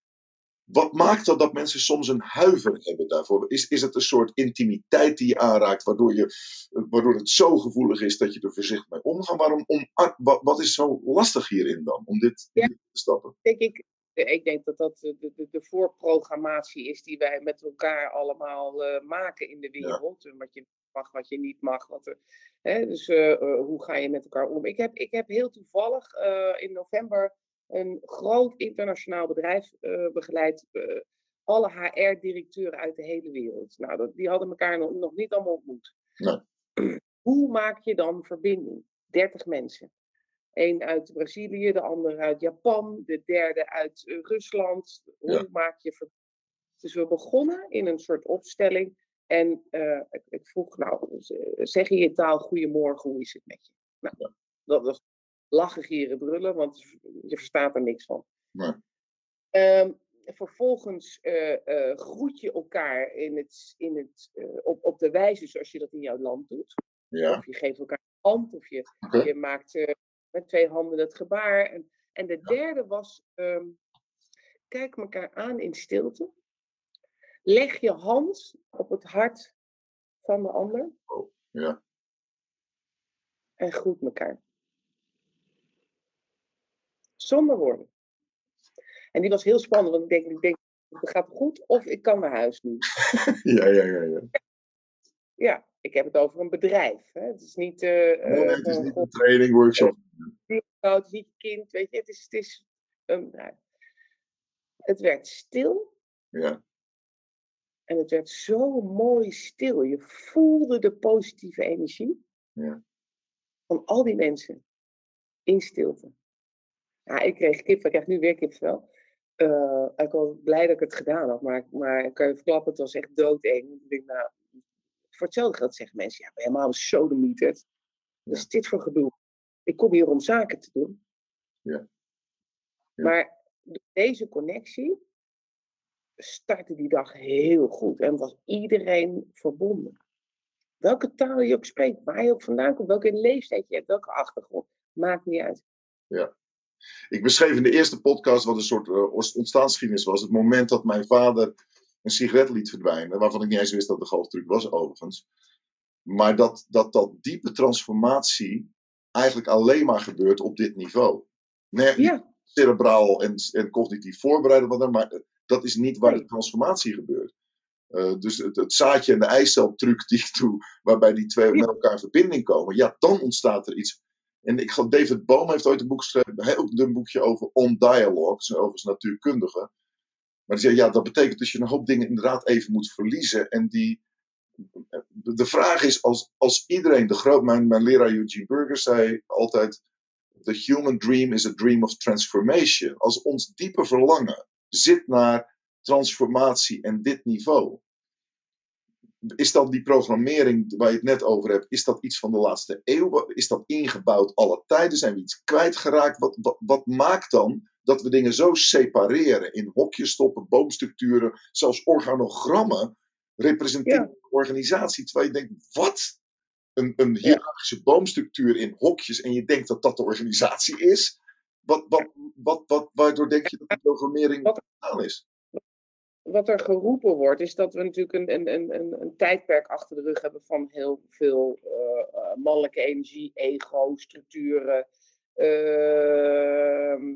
Wat maakt dat dat mensen soms een huiver hebben daarvoor? Is, is het een soort intimiteit die je aanraakt, waardoor, je, waardoor het zo gevoelig is dat je er voorzichtig mee omgaat? Waarom, om, wat, wat is zo lastig hierin dan, om dit, ja, dit te stappen? Denk ik, ik denk dat dat de, de, de voorprogrammatie is die wij met elkaar allemaal uh, maken in de wereld. Ja. Wat je mag, wat je niet mag. Wat er, hè? Dus uh, uh, hoe ga je met elkaar om? Ik heb, ik heb heel toevallig uh, in november een groot internationaal bedrijf uh, begeleid. Uh, alle H R-directeuren uit de hele wereld. Nou, dat, die hadden elkaar nog, nog niet allemaal ontmoet. Nee. Hoe maak je dan verbinding? dertig mensen. Eén uit Brazilië, de andere uit Japan, de derde uit uh, Rusland. Hoe ja. maak je verbinding? Dus we begonnen in een soort opstelling. En uh, ik, ik vroeg, nou, zeg je je taal goedemorgen, hoe is het met je? Nou, ja. dat was lachen, gieren, brullen, want je verstaat er niks van. Nee. Um, vervolgens uh, uh, groet je elkaar in het, in het, uh, op, op de wijze zoals je dat in jouw land doet. Ja. Of je geeft elkaar een hand, of je, okay. je maakt uh, met twee handen het gebaar. En, en de derde was, um, kijk elkaar aan in stilte. Leg je hand op het hart van de ander. Oh, ja. En groet elkaar. Zonder woorden. En die was heel spannend, want ik denk, ik denk het gaat goed of ik kan naar huis nu. ja, ja, ja, ja. Ja, ik heb het over een bedrijf. Hè. Het is niet... Uh, nee, nee, het is niet een training, workshop. Uh, het is niet je kind, weet je. Het is... Het, is um, nou, het werd stil. Ja. En het werd zo mooi stil. Je voelde de positieve energie Ja. van al die mensen in stilte. Ja, ik kreeg kip, ik krijg nu weer kipvel. Uh, ik was blij dat ik het gedaan had, maar, maar ik kan je verklappen, het was echt doodeng. Ik denk, nou, voor hetzelfde geld zeggen mensen, ja, ben je helemaal een sodemieter. Wat Ja. is dit voor gedoe? Ik kom hier om zaken te doen. Ja. Ja. Maar door deze connectie startte die dag heel goed. En was iedereen verbonden. Welke taal je ook spreekt, waar je ook vandaan komt, welke leeftijd je hebt, welke achtergrond, maakt niet uit. Ja. Ik beschreef in de eerste podcast wat een soort uh, ontstaansgeschiedenis was. Het moment dat mijn vader een sigaret liet verdwijnen, waarvan ik niet eens wist dat de golftruc was overigens. Maar dat, dat dat diepe transformatie eigenlijk alleen maar gebeurt op dit niveau. Nee, Ja. Cerebraal en, en cognitief voorbereiden, wat dan, maar dat is niet waar Nee. de transformatie gebeurt. Uh, dus het, het zaadje en de eicel-truc die ik doe, waarbij die twee ja. met elkaar in verbinding komen, ja, dan ontstaat er iets. En ik geloof, David Bohm heeft ooit een boek geschreven, een heel dun boekje over On Dialogue, overigens natuurkundige. Maar die zei, ja, dat betekent dat je een hoop dingen inderdaad even moet verliezen. En die, de vraag is, als, als iedereen, de groot, mijn, mijn leraar Eugene Burger zei altijd, the human dream is a dream of transformation. Als ons diepe verlangen zit naar transformatie en dit niveau, is dat die programmering waar je het net over hebt, is dat iets van de laatste eeuw? Is dat ingebouwd alle tijden? Zijn we iets kwijtgeraakt? Wat, wat, wat maakt dan dat we dingen zo separeren? In hokjes stoppen, boomstructuren, zelfs organogrammen representeren ja. organisatie. Terwijl je denkt, wat? Een, een hiërarchische ja. boomstructuur in hokjes en je denkt dat dat de organisatie is? Wat, wat, wat, wat, waardoor denk je dat die programmering gedaan is? Wat er geroepen wordt, is dat we natuurlijk een, een, een, een tijdperk achter de rug hebben van heel veel uh, uh, mannelijke energie, ego, structuren, uh,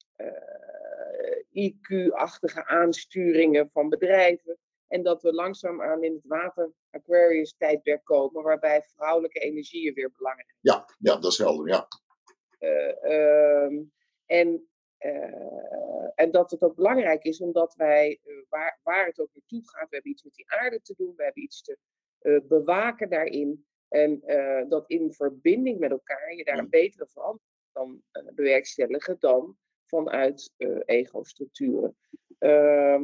uh, I Q-achtige aansturingen van bedrijven. En dat we langzaamaan in het water Aquarius tijdperk komen, waarbij vrouwelijke energieën weer belangrijk zijn. Ja, ja, dat is helder, ja. Uh, uh, en Uh, en dat het ook belangrijk is, omdat wij, uh, waar, waar het ook naartoe gaat, we hebben iets met die aarde te doen, we hebben iets te uh, bewaken daarin. En uh, dat in verbinding met elkaar je daar een betere verandering kan uh, bewerkstelligen dan vanuit uh, ego-structuren. Uh,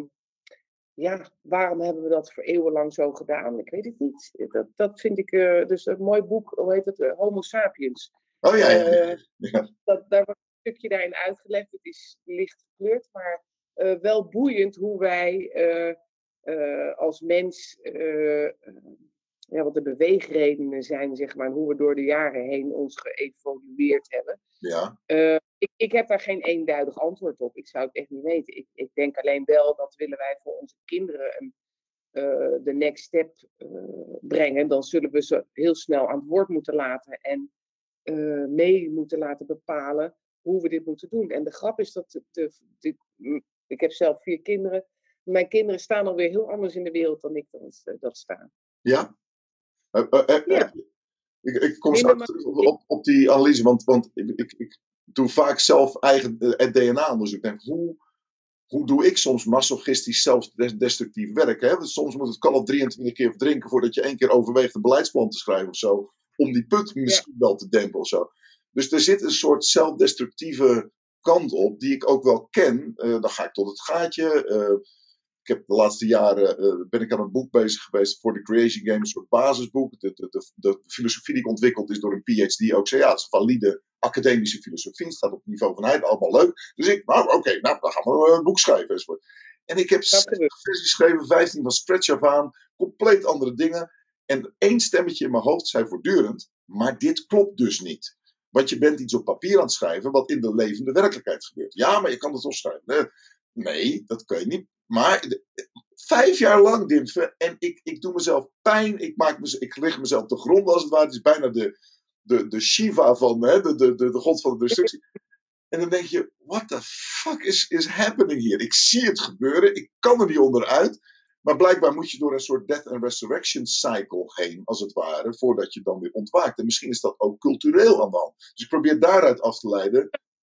ja, waarom hebben we dat voor eeuwenlang zo gedaan? Ik weet het niet. Dat, dat vind ik uh, dus een mooi boek, hoe heet het? Uh, Homo Sapiens. Oh ja, ja, ja. ja. Uh, dat, daar wordt een stukje daarin uitgelegd. Het is licht gekleurd, maar uh, wel boeiend hoe wij uh, uh, als mens, uh, uh, ja, wat de beweegredenen zijn, zeg maar, en hoe we door de jaren heen ons geëvolueerd hebben. Ja. Uh, ik, ik heb daar geen eenduidig antwoord op. Ik zou het echt niet weten. Ik, ik denk alleen wel dat willen wij voor onze kinderen een, uh, de next step uh, brengen, dan zullen we ze heel snel aan het woord moeten laten en uh, mee moeten laten bepalen hoe we dit moeten doen. En de grap is dat de, de, de, ik heb zelf vier kinderen. Mijn kinderen staan alweer heel anders in de wereld dan ik dat, dat sta. Ja? Uh, uh, uh, ja. Ik, ik kom straks terug op, op, op die analyse, want, want ik, ik, ik doe vaak zelf eigen het D N A-onderzoek. Ik denk, hoe, hoe doe ik soms masochistisch zelfdestructief werk? Hè? Soms moet het kalf drieëntwintig keer verdrinken voordat je één keer overweegt een beleidsplan te schrijven of zo. Om die put misschien ja. wel te dempen of zo. Dus er zit een soort zelfdestructieve kant op, die ik ook wel ken. Uh, dan ga ik tot het gaatje. Uh, ik heb de laatste jaren uh, ben ik aan een boek bezig geweest voor de Creation Game, een soort basisboek. De, de, de, de filosofie die geontwikkeld is door een P H D ook zei, ja, het is valide academische filosofie. Het staat op het niveau van hij, allemaal leuk. Dus ik, nou oké, okay, nou, dan gaan we een boek schrijven. Enzovoort. En ik heb zestig versies geschreven, vijftien van Scratch af aan, compleet andere dingen. En één stemmetje in mijn hoofd zei voortdurend, maar dit klopt dus niet. Want je bent iets op papier aan het schrijven wat in de levende werkelijkheid gebeurt. Ja, maar je kan het opschrijven. Nee, dat kan je niet. Maar vijf jaar lang, Dimfe, en ik, ik doe mezelf pijn. Ik, maak mez, ik lig mezelf te gronden als het ware. Het is bijna de, de, de Shiva van, hè, de, de, de, de god van de destructie. En dan denk je, what the fuck is, is happening hier? Ik zie het gebeuren, ik kan er niet onderuit. Maar blijkbaar moet je door een soort death and resurrection cycle heen, als het ware, voordat je dan weer ontwaakt. En misschien is dat ook cultureel aan de hand. Dus ik probeer daaruit af te leiden.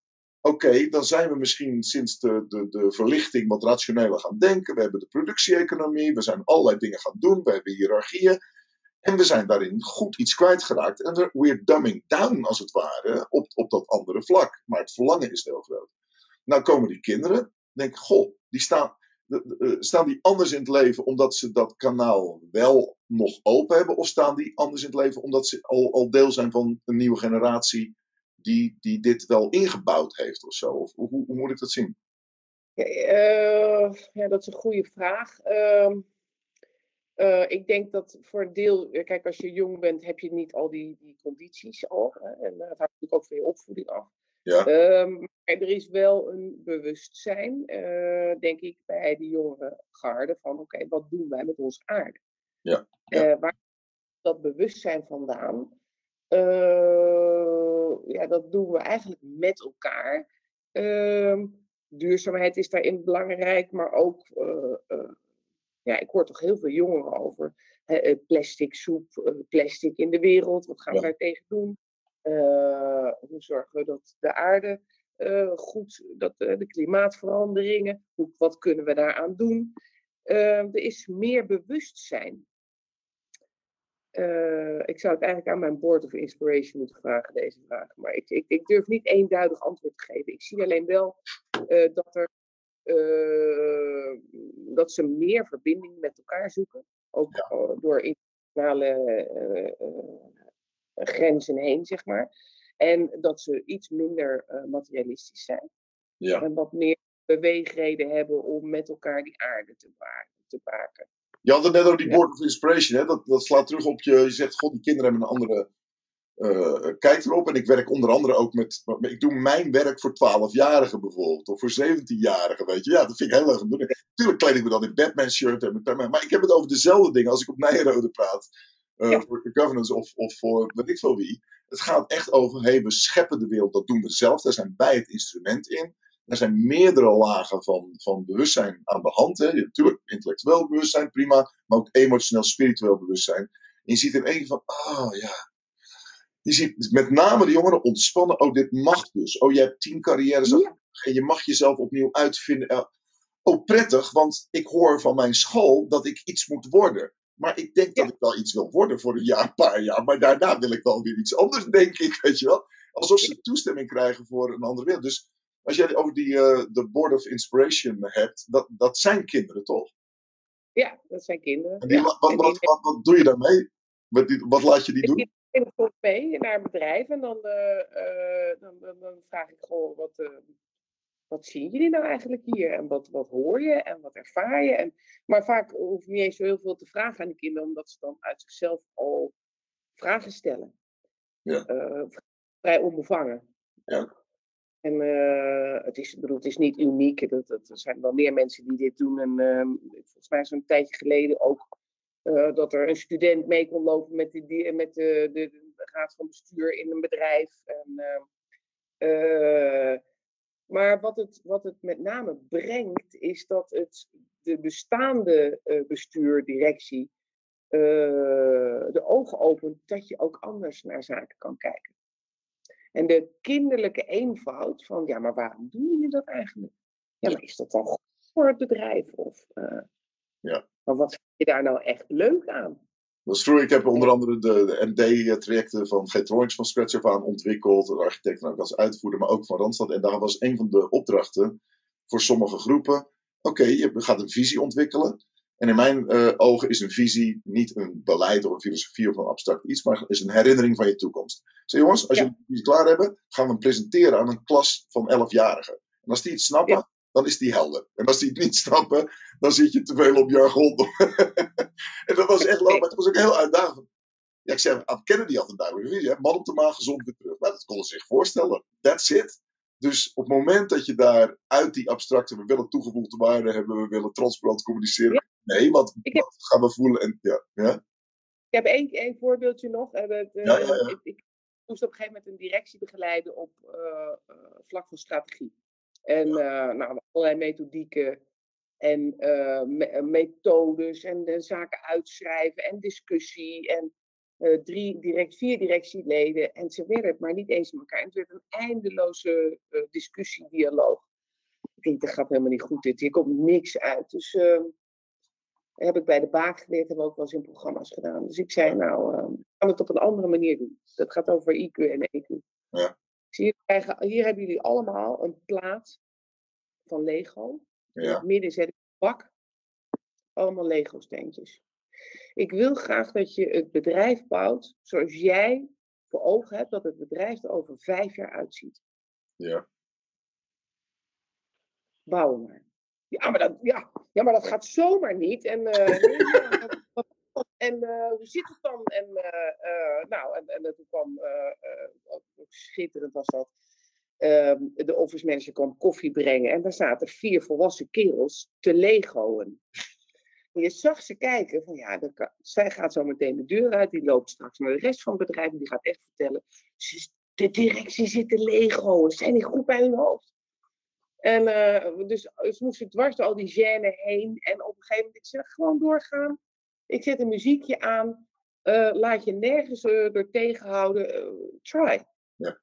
oké, dan zijn we misschien sinds de, de, de verlichting wat rationeler gaan denken. We hebben de productie-economie, we zijn allerlei dingen gaan doen, we hebben hiërarchieën. En we zijn daarin goed iets kwijtgeraakt. En we- we're dumbing down, als het ware, op, op dat andere vlak. Maar het verlangen is heel groot. Nou komen die kinderen, denk ik, goh, die staan, de- de- eh, staan die anders in het leven omdat ze dat kanaal wel nog open hebben? Of staan die anders in het leven omdat ze al, al deel zijn van een nieuwe generatie die, die dit wel ingebouwd heeft of zo? Of hoe, hoe moet ik dat zien? Ja, eh, ja, dat is een goede vraag. Ehm, eh, ik denk dat voor een deel, eh, kijk, als je jong bent, heb je niet al die, die condities al. Hè, en uh, dat hangt natuurlijk ook van je opvoeding af. Ja, Ehm, maar er is wel een bewustzijn, eh, denk ik, bij de jongere garde van oké, wat doen wij met onze aarde? ja, ja, Eh, waar komt dat bewustzijn vandaan? Eh, ja, dat doen we eigenlijk met elkaar. Ehm, duurzaamheid is daarin belangrijk, maar ook, eh, eh, ja, ik hoor toch heel veel jongeren over hè, eh, plastic soep, eh, plastic in de wereld. Wat gaan we ja, daar tegen doen? Eh, hoe zorgen we dat de aarde eh, goed, dat eh, de klimaatveranderingen, hoe, wat kunnen we daaraan doen? Eh, er is meer bewustzijn. Eh, ik zou het eigenlijk aan mijn Board of Inspiration moeten vragen, deze vraag. Maar ik, ik, ik durf niet eenduidig antwoord te geven. Ik zie alleen wel eh, dat, er, eh, dat ze meer verbinding met elkaar zoeken. Ook ja, eh, door internationale eh, eh, grenzen heen, zeg maar. En dat ze iets minder eh, materialistisch zijn. ja. En wat meer beweegreden hebben om met elkaar die aarde te, wa- te maken. Je had het net over die Ja. Board of Inspiration, hè? Dat, dat slaat terug op je, je zegt, god, die kinderen hebben een andere eh, kijk erop. En ik werk onder andere ook met, ik doe mijn werk voor twaalfjarigen bijvoorbeeld, of voor zeventienjarigen, weet je. Ja, dat vind ik heel leuk om te doen. Natuurlijk kleed ik me dan in Batman shirt en met Batman, maar ik heb het over dezelfde dingen als ik op Nijrode praat. Uh, Ja. Voor de governance of, of voor weet ik veel wie. Het gaat echt over, hey, we scheppen de wereld, dat doen we zelf. Daar zijn wij het instrument in. Er zijn meerdere lagen van, van bewustzijn aan de hand. Hè. Je hebt natuurlijk intellectueel bewustzijn, prima. Maar ook emotioneel, spiritueel bewustzijn. En je ziet in één keer van, ah oh, ja. Je ziet met name de jongeren ontspannen. Oh, dit mag dus. Oh, je hebt tien carrières. Ja. En je mag jezelf opnieuw uitvinden. Oh, prettig, want ik hoor van mijn school dat ik iets moet worden. Maar ik denk Ja. dat ik wel iets wil worden voor een jaar, een paar jaar. Maar daarna wil ik wel weer iets anders, denk ik, weet je wel. Alsof ze toestemming krijgen voor een andere wereld. Dus als jij over die uh, de Board of Inspiration hebt, dat, dat zijn kinderen, toch? Ja, dat zijn kinderen. En die, Ja. wat, wat, En die wat, wat, wat doe je daarmee? Wat, die, wat laat je die doen? Ik neem het mee naar een bedrijf en dan, uh, uh, dan, dan, dan vraag ik gewoon wat, uh, wat zien jullie nou eigenlijk hier? En wat, wat hoor je en wat ervaar je? En, maar vaak hoef je niet eens zo heel veel te vragen aan de kinderen, omdat ze dan uit zichzelf al vragen stellen. Ja. Uh, vrij onbevangen. Ja. En uh, het, is, bedoel, het is niet uniek. Dat, dat, er zijn wel meer mensen die dit doen. En uh, volgens mij is een tijdje geleden ook Uh, dat er een student mee kon lopen met, de, met de, de, de raad van bestuur in een bedrijf. En, uh, uh, maar wat het, wat het met name brengt, is dat het de bestaande uh, bestuur, directie, uh, de ogen opent dat je ook anders naar zaken kan kijken. En de kinderlijke eenvoud van, ja, maar waarom doen jullie dat eigenlijk? Ja, maar is dat dan goed voor het bedrijf? Of, uh, ja. Maar wat vind je daar nou echt leuk aan? Dat is vroeger, ik heb onder andere de, de M D-trajecten van Getronics van scratch af aan ontwikkeld. De architect ook als uitvoerder, maar ook van Randstad. En daar was een van de opdrachten voor sommige groepen. Oké, okay, je gaat een visie ontwikkelen. En in mijn uh, ogen is een visie niet een beleid of een filosofie of een abstract iets, maar is een herinnering van je toekomst. Zeg jongens, als ja. jullie die klaar hebben, gaan we hem presenteren aan een klas van elfjarigen. En als die het snappen, ja. dan is die helder. En als die het niet snappen, dan zit je te veel op jargon. En dat was echt leuk, maar het was ook heel uitdagend. Ja, ik zei, Kennedy had een duidelijke visie. Hè? Man op de maan, gezond weer terug. Nou, dat konden ze zich voorstellen. That's it. Dus op het moment dat je daar uit die abstracte, we willen toegevoegde waarde hebben, we willen transparant communiceren. Ja. Nee, wat, heb, wat gaan we voelen? En, ja, ja. Ik heb één, één voorbeeldje nog. Uh, het, uh, ja, ja, ja. Ik, ik moest op een gegeven moment een directie begeleiden op uh, uh, vlak van strategie. En uh, nou, allerlei methodieken en uh, me- methodes en uh, zaken uitschrijven en discussie. En uh, drie, direct, vier directieleden. En ze werden het maar niet eens met elkaar. En het werd een eindeloze uh, discussie, dialoog. Ik denk, dat gaat helemaal niet goed dit. Hier komt niks uit. Dus uh, heb ik bij de Baak geleerd. Hebben we ook wel eens in programma's gedaan. Dus ik zei, nou, uh, ik kan het op een andere manier doen. Dat gaat over I Q en E Q. Ja. Dus hier, krijgen, hier hebben jullie allemaal een plaat van Lego. Ja. In het midden zet ik een bak. Allemaal Lego-steentjes. Ik wil graag dat je het bedrijf bouwt zoals jij voor ogen hebt dat het bedrijf er over vijf jaar uitziet. Ja. Bouwen maar. Ja, maar dat, ja, ja, maar dat gaat zomaar niet. En, uh, nee, ja, dat, dat, en uh, hoe zit het dan? En, uh, uh, nou, en, en toen kwam, uh, uh, schitterend was dat. Uh, de office manager kwam koffie brengen. En daar zaten vier volwassen kerels te Lego'en. En je zag ze kijken van ja, kan, zij gaat zo meteen de deur uit. Die loopt straks naar de rest van het bedrijf. En die gaat echt vertellen. De directie zit te Lego'en. Ze zijn niet goed bij hun hoofd. En uh, dus ze moesten dwars door al die gêne heen. En op een gegeven moment, ik zeg, gewoon doorgaan. Ik zet een muziekje aan. Uh, laat je nergens uh, door tegenhouden. Uh, try. Ja.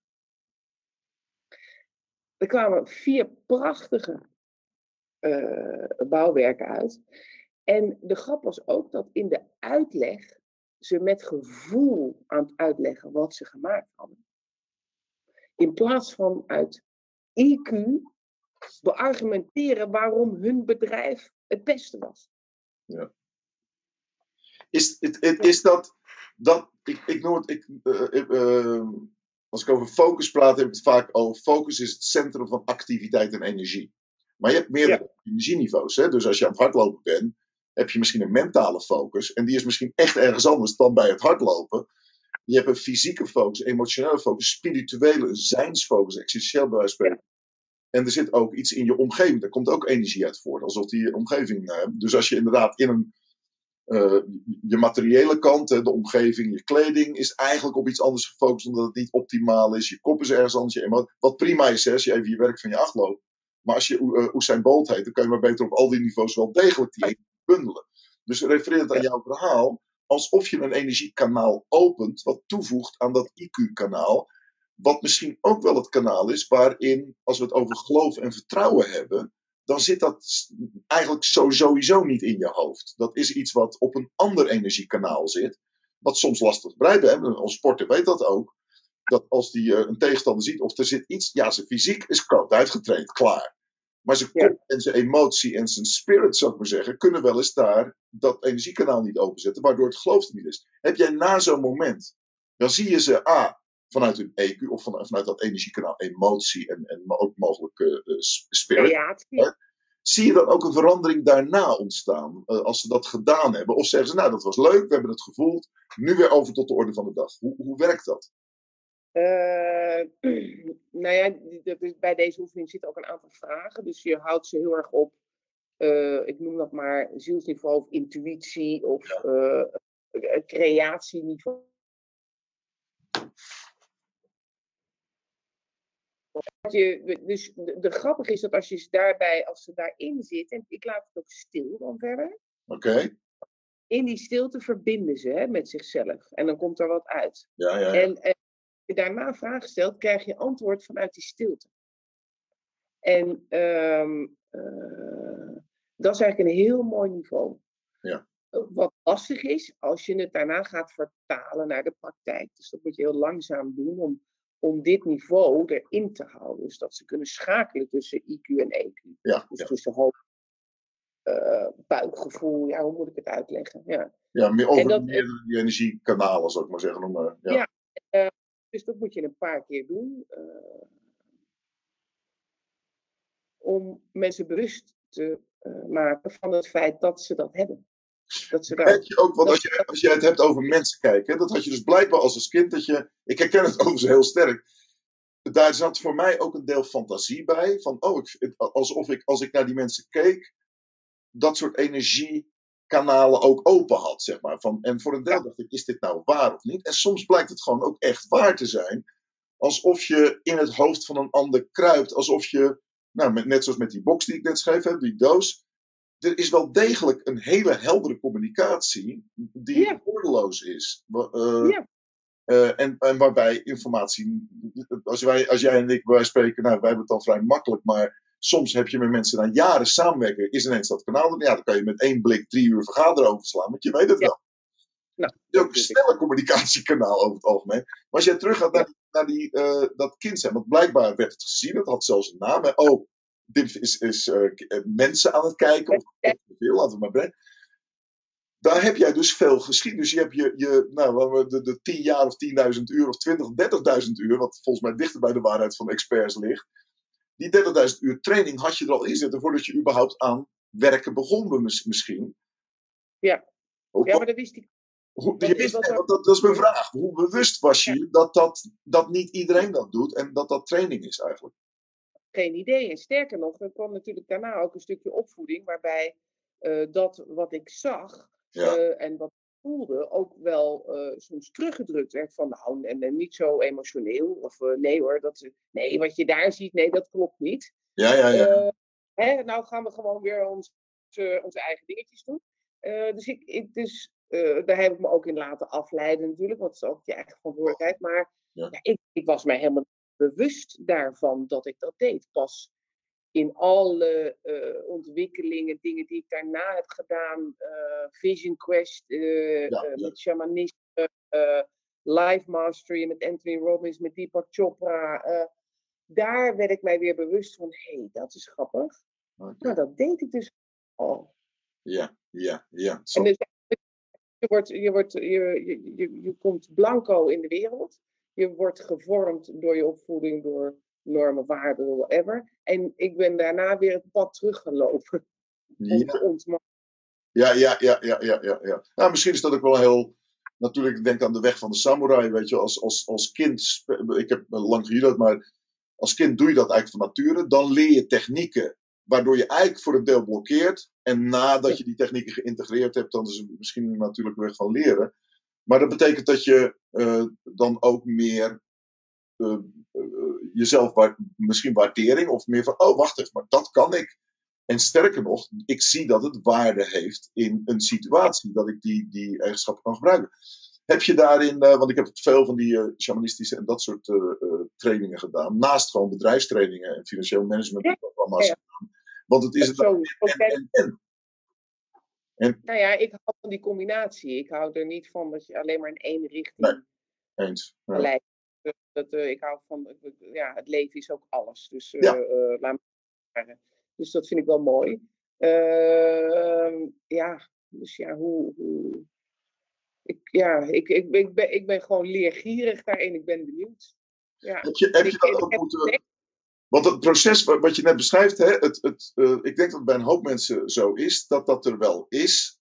Er kwamen vier prachtige uh, bouwwerken uit. En de grap was ook dat in de uitleg ze met gevoel aan het uitleggen wat ze gemaakt hadden. In plaats van uit I Q beargumenteren waarom hun bedrijf het beste was. Ja. Is, het, het, is dat, dat ik, ik noem het, ik, uh, uh, als ik over focus praat, heb ik het vaak over focus is het centrum van activiteit en energie. Maar je hebt meerdere ja. energieniveaus. Hè? Dus als je aan het hardlopen bent, heb je misschien een mentale focus. En die is misschien echt ergens anders dan bij het hardlopen. Je hebt een fysieke focus, emotionele focus, spirituele, een zijnsfocus, existentieel bij wijze van spreken. En er zit ook iets in je omgeving. Daar komt ook energie uit voort. Alsof die omgeving. Uh, dus als je inderdaad in een. Uh, je materiële kant, de omgeving, je kleding. Is eigenlijk op iets anders gefocust. Omdat het niet optimaal is. Je kop is ergens anders. Je emo- wat prima is, hè, als je even je werk van je acht loopt. Maar als je uh, Usain Bolt heet. Dan kan je maar beter op al die niveaus wel degelijk die energie bundelen. Dus refereer het aan jouw verhaal. Alsof je een energiekanaal opent. Wat toevoegt aan dat I Q-kanaal. Wat misschien ook wel het kanaal is waarin, als we het over geloof en vertrouwen hebben, dan zit dat eigenlijk zo sowieso niet in je hoofd. Dat is iets wat op een ander energiekanaal zit, wat soms lastig te begrijpen is. Als sporter weet dat ook. Dat als die uh, een tegenstander ziet, of er zit iets, ja, zijn fysiek is koud uitgetraind, klaar. Maar zijn kop ja. en zijn emotie en zijn spirit, zou ik maar zeggen, kunnen wel eens daar dat energiekanaal niet openzetten, waardoor het geloof er niet is. Heb jij na zo'n moment, dan zie je ze, ah, vanuit hun E Q of van, vanuit dat energiekanaal emotie en, en ook mogelijk uh, spirit. Ja, hè? Zie je dan ook een verandering daarna ontstaan uh, als ze dat gedaan hebben? Of zeggen ze, nou dat was leuk, we hebben het gevoeld, nu weer over tot de orde van de dag. Hoe, hoe werkt dat? Uh, nou ja, bij deze oefening zitten ook een aantal vragen. Dus je houdt ze heel erg op, uh, ik noem dat maar zielsniveau of intuïtie of ja. uh, creatieniveau. Je, dus de, de grappige is dat als je daarbij, als ze daarin zit, en ik laat het ook stil dan verder. Oké. Okay. In die stilte verbinden ze hè, met zichzelf. En dan komt er wat uit. Ja, ja, ja. En, en als je daarna vragen stelt, krijg je antwoord vanuit die stilte. En um, uh, dat is eigenlijk een heel mooi niveau. Ja. Wat lastig is, als je het daarna gaat vertalen naar de praktijk. Dus dat moet je heel langzaam doen om om dit niveau erin te houden. Dus dat ze kunnen schakelen tussen I Q en E Q. Ja, dus ja. tussen hoofd, uh, buikgevoel, ja, hoe moet ik het uitleggen? Ja, ja meer over dat, meerdere uh, energiekanalen, zou ik maar zeggen. Om, uh, ja, ja uh, dus dat moet je een paar keer doen. Uh, om mensen bewust te uh, maken van het feit dat ze dat hebben. Dat ze daar, je ook, want als, je, als je het hebt over mensen kijken, dat had je dus blijkbaar als als kind, dat je, ik herken het overigens heel sterk, daar zat voor mij ook een deel fantasie bij, van oh, ik, alsof ik, als ik naar die mensen keek, dat soort energiekanalen ook open had, zeg maar. Van, en voor een deel dacht ik, is dit nou waar of niet? En soms blijkt het gewoon ook echt waar te zijn, alsof je in het hoofd van een ander kruipt, alsof je, nou, met, net zoals met die box die ik net schreef heb, die doos, er is wel degelijk een hele heldere communicatie die Ja. woordeloos is. Uh, Ja. uh, en, en waarbij informatie, als, wij, als jij en ik bij spreken, nou wij hebben het dan vrij makkelijk, maar soms heb je met mensen na jaren samenwerken, is ineens dat kanaal, ja, dan kan je met één blik drie uur vergaderen overslaan, want je weet het Ja. wel. Nou, het is ook een snelle communicatiekanaal over het algemeen. Maar als jij terug gaat naar, die, naar die, uh, dat kind zijn, want blijkbaar werd het gezien, het had zelfs een naam. Hè? Oh, dit is, is uh, mensen aan het kijken, of te veel, laten we maar brengen. Daar heb jij dus veel geschied. Dus je hebt je, je nou, de, de tien jaar of tienduizend uur of twintig of dertigduizend uur, wat volgens mij dichter bij de waarheid van experts ligt. Die dertigduizend uur training had je er al in zitten voordat je überhaupt aan werken begon misschien. Ja, Hoe, ja maar dat wist ik. Hoe, je wist, nee, want dat, dat is mijn vraag. Hoe bewust was je ja. dat, dat, dat niet iedereen dat doet en dat dat training is eigenlijk? Geen idee. En sterker nog, er kwam natuurlijk daarna ook een stukje opvoeding waarbij uh, dat wat ik zag ja. uh, en wat ik voelde ook wel uh, soms teruggedrukt werd van nou, en, en niet zo emotioneel. Of uh, nee hoor, dat, nee, wat je daar ziet, nee, dat klopt niet. Ja, ja, ja. Uh, hè, nou gaan we gewoon weer ons, uh, onze eigen dingetjes doen. Uh, dus ik, ik dus, uh, daar heb ik me ook in laten afleiden natuurlijk, want het is ook je eigen verantwoordelijkheid. Maar ja. Ja, ik, ik was mij helemaal bewust daarvan dat ik dat deed. Pas in alle uh, ontwikkelingen, dingen die ik daarna heb gedaan, uh, Vision Quest, uh, ja, uh, ja. met shamanisme, uh, Life Mastery met Anthony Robbins, met Deepak Chopra. Uh, daar werd ik mij weer bewust van, hé, hey, dat is grappig. Okay. Nou, dat deed ik dus al. Ja, ja, ja. En dus, je, wordt, je, wordt, je, je, je, je komt blanco in de wereld. Je wordt gevormd door je opvoeding, door normen, waarden, whatever. En ik ben daarna weer het pad teruggelopen. Ja. Om te ontmaken. Ja, ja, ja, ja, ja, ja, ja. Nou, misschien is dat ook wel heel... Natuurlijk, ik denk aan de weg van de samurai, weet je. Als, als, als kind, ik heb lang gejudo'd, maar als kind doe je dat eigenlijk van nature. Dan leer je technieken, waardoor je eigenlijk voor een deel blokkeert. En nadat je die technieken geïntegreerd hebt, dan is het misschien een natuurlijke weg van leren. Maar dat betekent dat je uh, dan ook meer uh, uh, jezelf wa- misschien waardering of meer van, oh wacht even, maar dat kan ik. En sterker nog, ik zie dat het waarde heeft in een situatie, dat ik die, die eigenschappen kan gebruiken. Heb je daarin, uh, want ik heb veel van die uh, shamanistische en dat soort uh, uh, trainingen gedaan, naast gewoon bedrijfstrainingen en financieel managementprogramma's. Ja. Ja. Want het is het zo, en, en, en. En, nou ja, ik hou van die combinatie. Ik hou er niet van dat je alleen maar in één richting nee, eens. Ja. lijkt. Dat, dat, uh, ik hou van, uh, ja, het leven is ook alles. Dus uh, ja. uh, laat me zeggen. Dus dat vind ik wel mooi. Uh, ja, dus ja, hoe... hoe ik, ja, ik, ik, ik, ben, ik ben gewoon leergierig daarin. Ik ben benieuwd. Ja. Heb je, heb je dat ook moeten... Want het proces wat je net beschrijft, hè, het, het, uh, ik denk dat het bij een hoop mensen zo is, dat dat er wel is,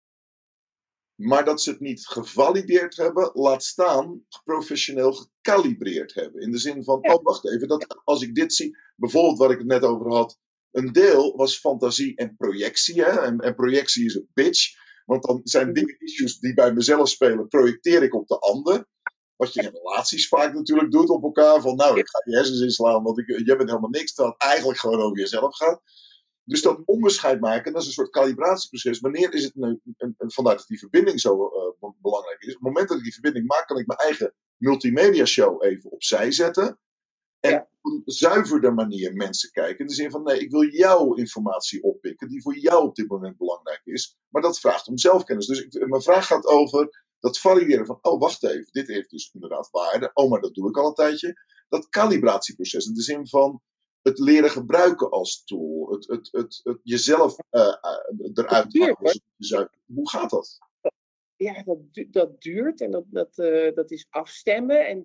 maar dat ze het niet gevalideerd hebben, laat staan professioneel gekalibreerd hebben. In de zin van, ja. oh wacht even, dat, als ik dit zie, bijvoorbeeld waar ik het net over had, een deel was fantasie en projectie, hè, en, en projectie is een bitch, want dan zijn dingen, issues die bij mezelf spelen, projecteer ik op de ander. Wat je in relaties vaak natuurlijk doet op elkaar. Van nou, ik ga je hersens inslaan, want ik, jij bent helemaal niks. Terwijl het eigenlijk gewoon over jezelf gaat. Dus dat onderscheid maken, dat is een soort kalibratieproces. Wanneer is het een, een, een, vandaar dat die verbinding zo uh, belangrijk is. Op het moment dat ik die verbinding maak, kan ik mijn eigen multimedia show even opzij zetten. En ja. op een zuiverder manier mensen kijken. In de zin van, nee, ik wil jouw informatie oppikken. Die voor jou op dit moment belangrijk is. Maar dat vraagt om zelfkennis. Dus ik, mijn vraag gaat over... Dat valideren van, oh wacht even, dit heeft dus inderdaad waarde. Oh, maar dat doe ik al een tijdje. Dat calibratieproces, in de zin van het leren gebruiken als tool. Het, het, het, het jezelf uh, uh, eruit halen. Hoe gaat dat? Ja, dat, dat duurt en dat, dat, uh, dat is afstemmen. En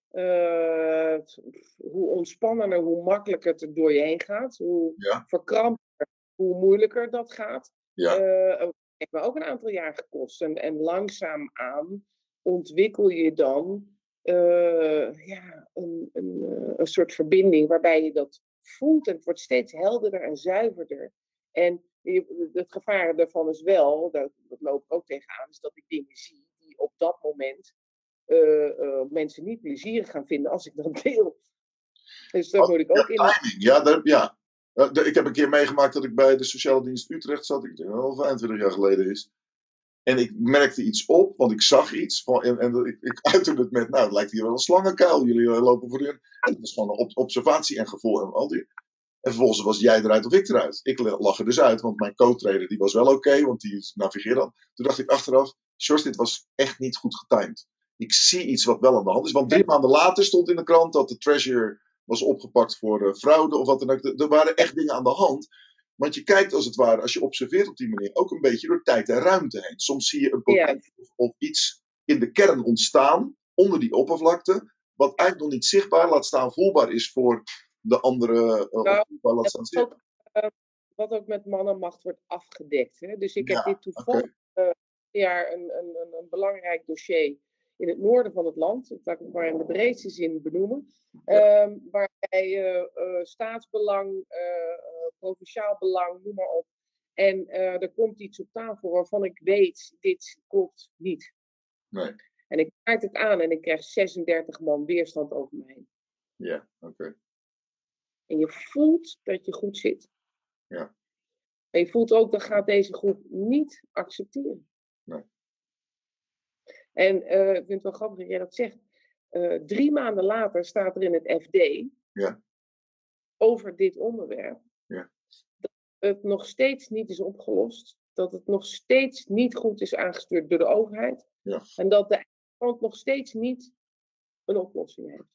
uh, hoe ontspannender, hoe makkelijker het er door je heen gaat. Hoe ja. verkrampiger, hoe moeilijker dat gaat. Ja. Uh, heeft me ook een aantal jaar gekost. En, en langzaamaan ontwikkel je dan uh, ja, een, een, uh, een soort verbinding waarbij je dat voelt. En het wordt steeds helderder en zuiverder. En je, het gevaar daarvan is wel, dat, dat loop ik ook tegenaan, is dat ik dingen zie die op dat moment uh, uh, mensen niet plezierig gaan vinden als ik dat deel. Dus daar oh, moet ik ook ja, in. Timing, ja, dat, ja. Uh, de, ik heb een keer meegemaakt dat ik bij de sociale dienst Utrecht zat. Ik denk dat het al vijfentwintig jaar geleden is. En ik merkte iets op, want ik zag iets. Van, en en ik, ik uitte het met, nou, het lijkt hier wel een slangenkuil. Jullie uh, lopen voorin. En het was gewoon een op, observatie en gevoel. En, al die. En vervolgens was jij eruit of ik eruit. Ik lag er dus uit, want mijn co-trainer die was wel oké, okay, want die navigeerde dan. Toen dacht ik achteraf, Sjors, dit was echt niet goed getimed. Ik zie iets wat wel aan de hand is. Want drie maanden later stond in de krant dat de treasurer was opgepakt voor uh, fraude of wat dan ook. Er waren echt dingen aan de hand. Want je kijkt als het ware, als je observeert op die manier, ook een beetje door tijd en ruimte heen. Soms zie je een potentie ja. of, of iets in de kern ontstaan, onder die oppervlakte, wat eigenlijk nog niet zichtbaar, laat staan voelbaar is voor de andere. Uh, nou, voelbaar, laat staan ook, uh, wat ook met mannenmacht wordt afgedekt. Hè? Dus ik heb ja, dit toevallig okay. uh, jaar een, een, een, een belangrijk dossier in het noorden van het land, dat laat ik het maar in de breedste zin benoemen, ja. um, waarbij uh, uh, staatsbelang, uh, uh, provinciaal belang, noem maar op. En uh, er komt iets op tafel waarvan ik weet, dit klopt niet. Nee. En ik kaart het aan en ik krijg zesendertig man weerstand over me heen. Ja, oké. Okay. En je voelt dat je goed zit. Ja. En je voelt ook, dat gaat deze groep niet accepteren. Nee. En uh, ik vind het wel grappig dat jij dat zegt. Uh, drie maanden later staat er in het F D ja. over dit onderwerp. Ja. Dat het nog steeds niet is opgelost. Dat het nog steeds niet goed is aangestuurd door de overheid. Ja. En dat de eiland nog steeds niet een oplossing heeft.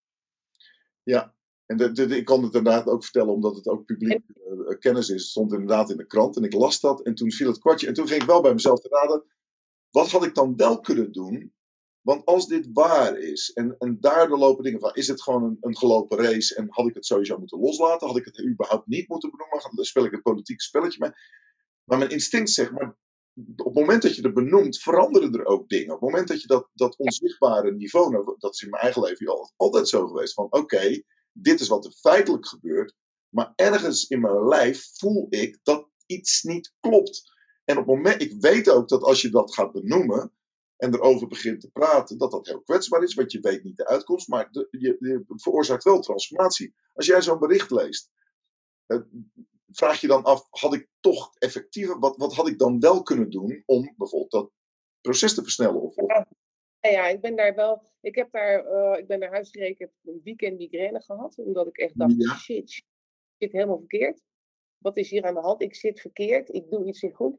Ja, en de, de, de, ik kan het inderdaad ook vertellen omdat het ook publiek en... uh, kennis is. Het stond inderdaad in de krant en ik las dat en toen viel het kwartje. En toen ging ik wel bij mezelf te raden. Wat had ik dan wel kunnen doen? Want als dit waar is en, en daardoor lopen dingen van, is het gewoon een, een gelopen race en had ik het sowieso moeten loslaten? Had ik het überhaupt niet moeten benoemen? Dan speel ik het politieke spelletje mee. Maar mijn instinct zegt, maar op het moment dat je het benoemt, veranderen er ook dingen. Op het moment dat je dat, dat onzichtbare niveau, nou, dat is in mijn eigen leven altijd, altijd zo geweest, van oké, okay, dit is wat er feitelijk gebeurt, maar ergens in mijn lijf voel ik dat iets niet klopt. En op het moment, ik weet ook dat als je dat gaat benoemen en erover begint te praten, dat dat heel kwetsbaar is, want je weet niet de uitkomst, maar de, je, je veroorzaakt wel transformatie. Als jij zo'n bericht leest, uh, vraag je dan af, had ik toch effectiever, wat, wat had ik dan wel kunnen doen om bijvoorbeeld dat proces te versnellen? Of, of... Ja, ja, ik ben daar wel, ik heb daar, uh, ik ben naar huis gereden, ik heb een weekend migraine gehad, omdat ik echt dacht, ja. shit, shit, ik zit helemaal verkeerd. Wat is hier aan de hand? Ik zit verkeerd, ik doe iets niet goed.